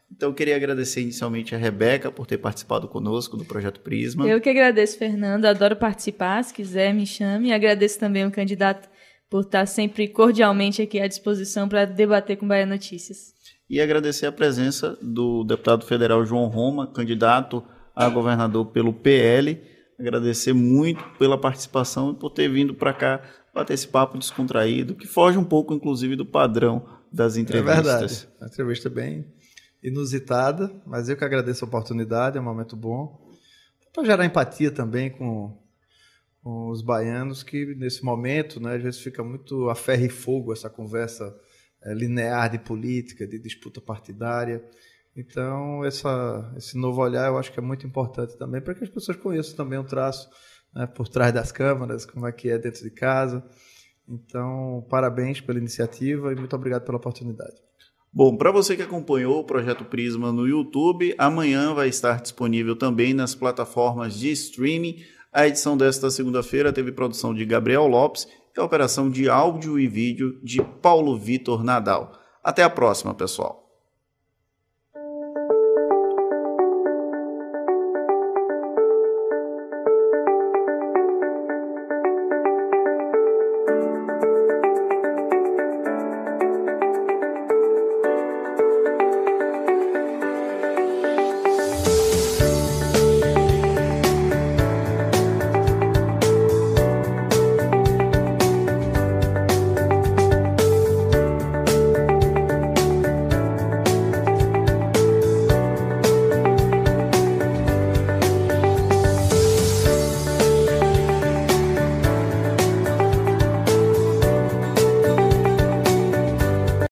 Então, eu queria agradecer inicialmente a Rebeca por ter participado conosco do Projeto Prisma. Eu que agradeço, Fernando. Adoro participar. Se quiser, me chame. E agradeço também ao candidato por estar sempre cordialmente aqui à disposição para debater com Bahia Notícias. E agradecer a presença do deputado federal João Roma, candidato a governador pelo P L. Agradecer muito pela participação e por ter vindo para cá bater esse papo descontraído, que foge um pouco, inclusive, do padrão das entrevistas. É verdade. A entrevista é bem inusitada, mas eu que agradeço a oportunidade, é um momento bom. Para gerar empatia também com, com os baianos, que nesse momento, né, às vezes fica muito a ferro e fogo essa conversa é, linear de política, de disputa partidária. Então, essa, esse novo olhar eu acho que é muito importante também, para que as pessoas conheçam também o traço, né, por trás das câmeras, como é que é dentro de casa. Então, parabéns pela iniciativa e muito obrigado pela oportunidade. Bom, para você que acompanhou o Projeto Prisma no YouTube, amanhã vai estar disponível também nas plataformas de streaming. A edição desta segunda-feira teve produção de Gabriel Lopes e a operação de áudio e vídeo de Paulo Vitor Nadal. Até a próxima, pessoal.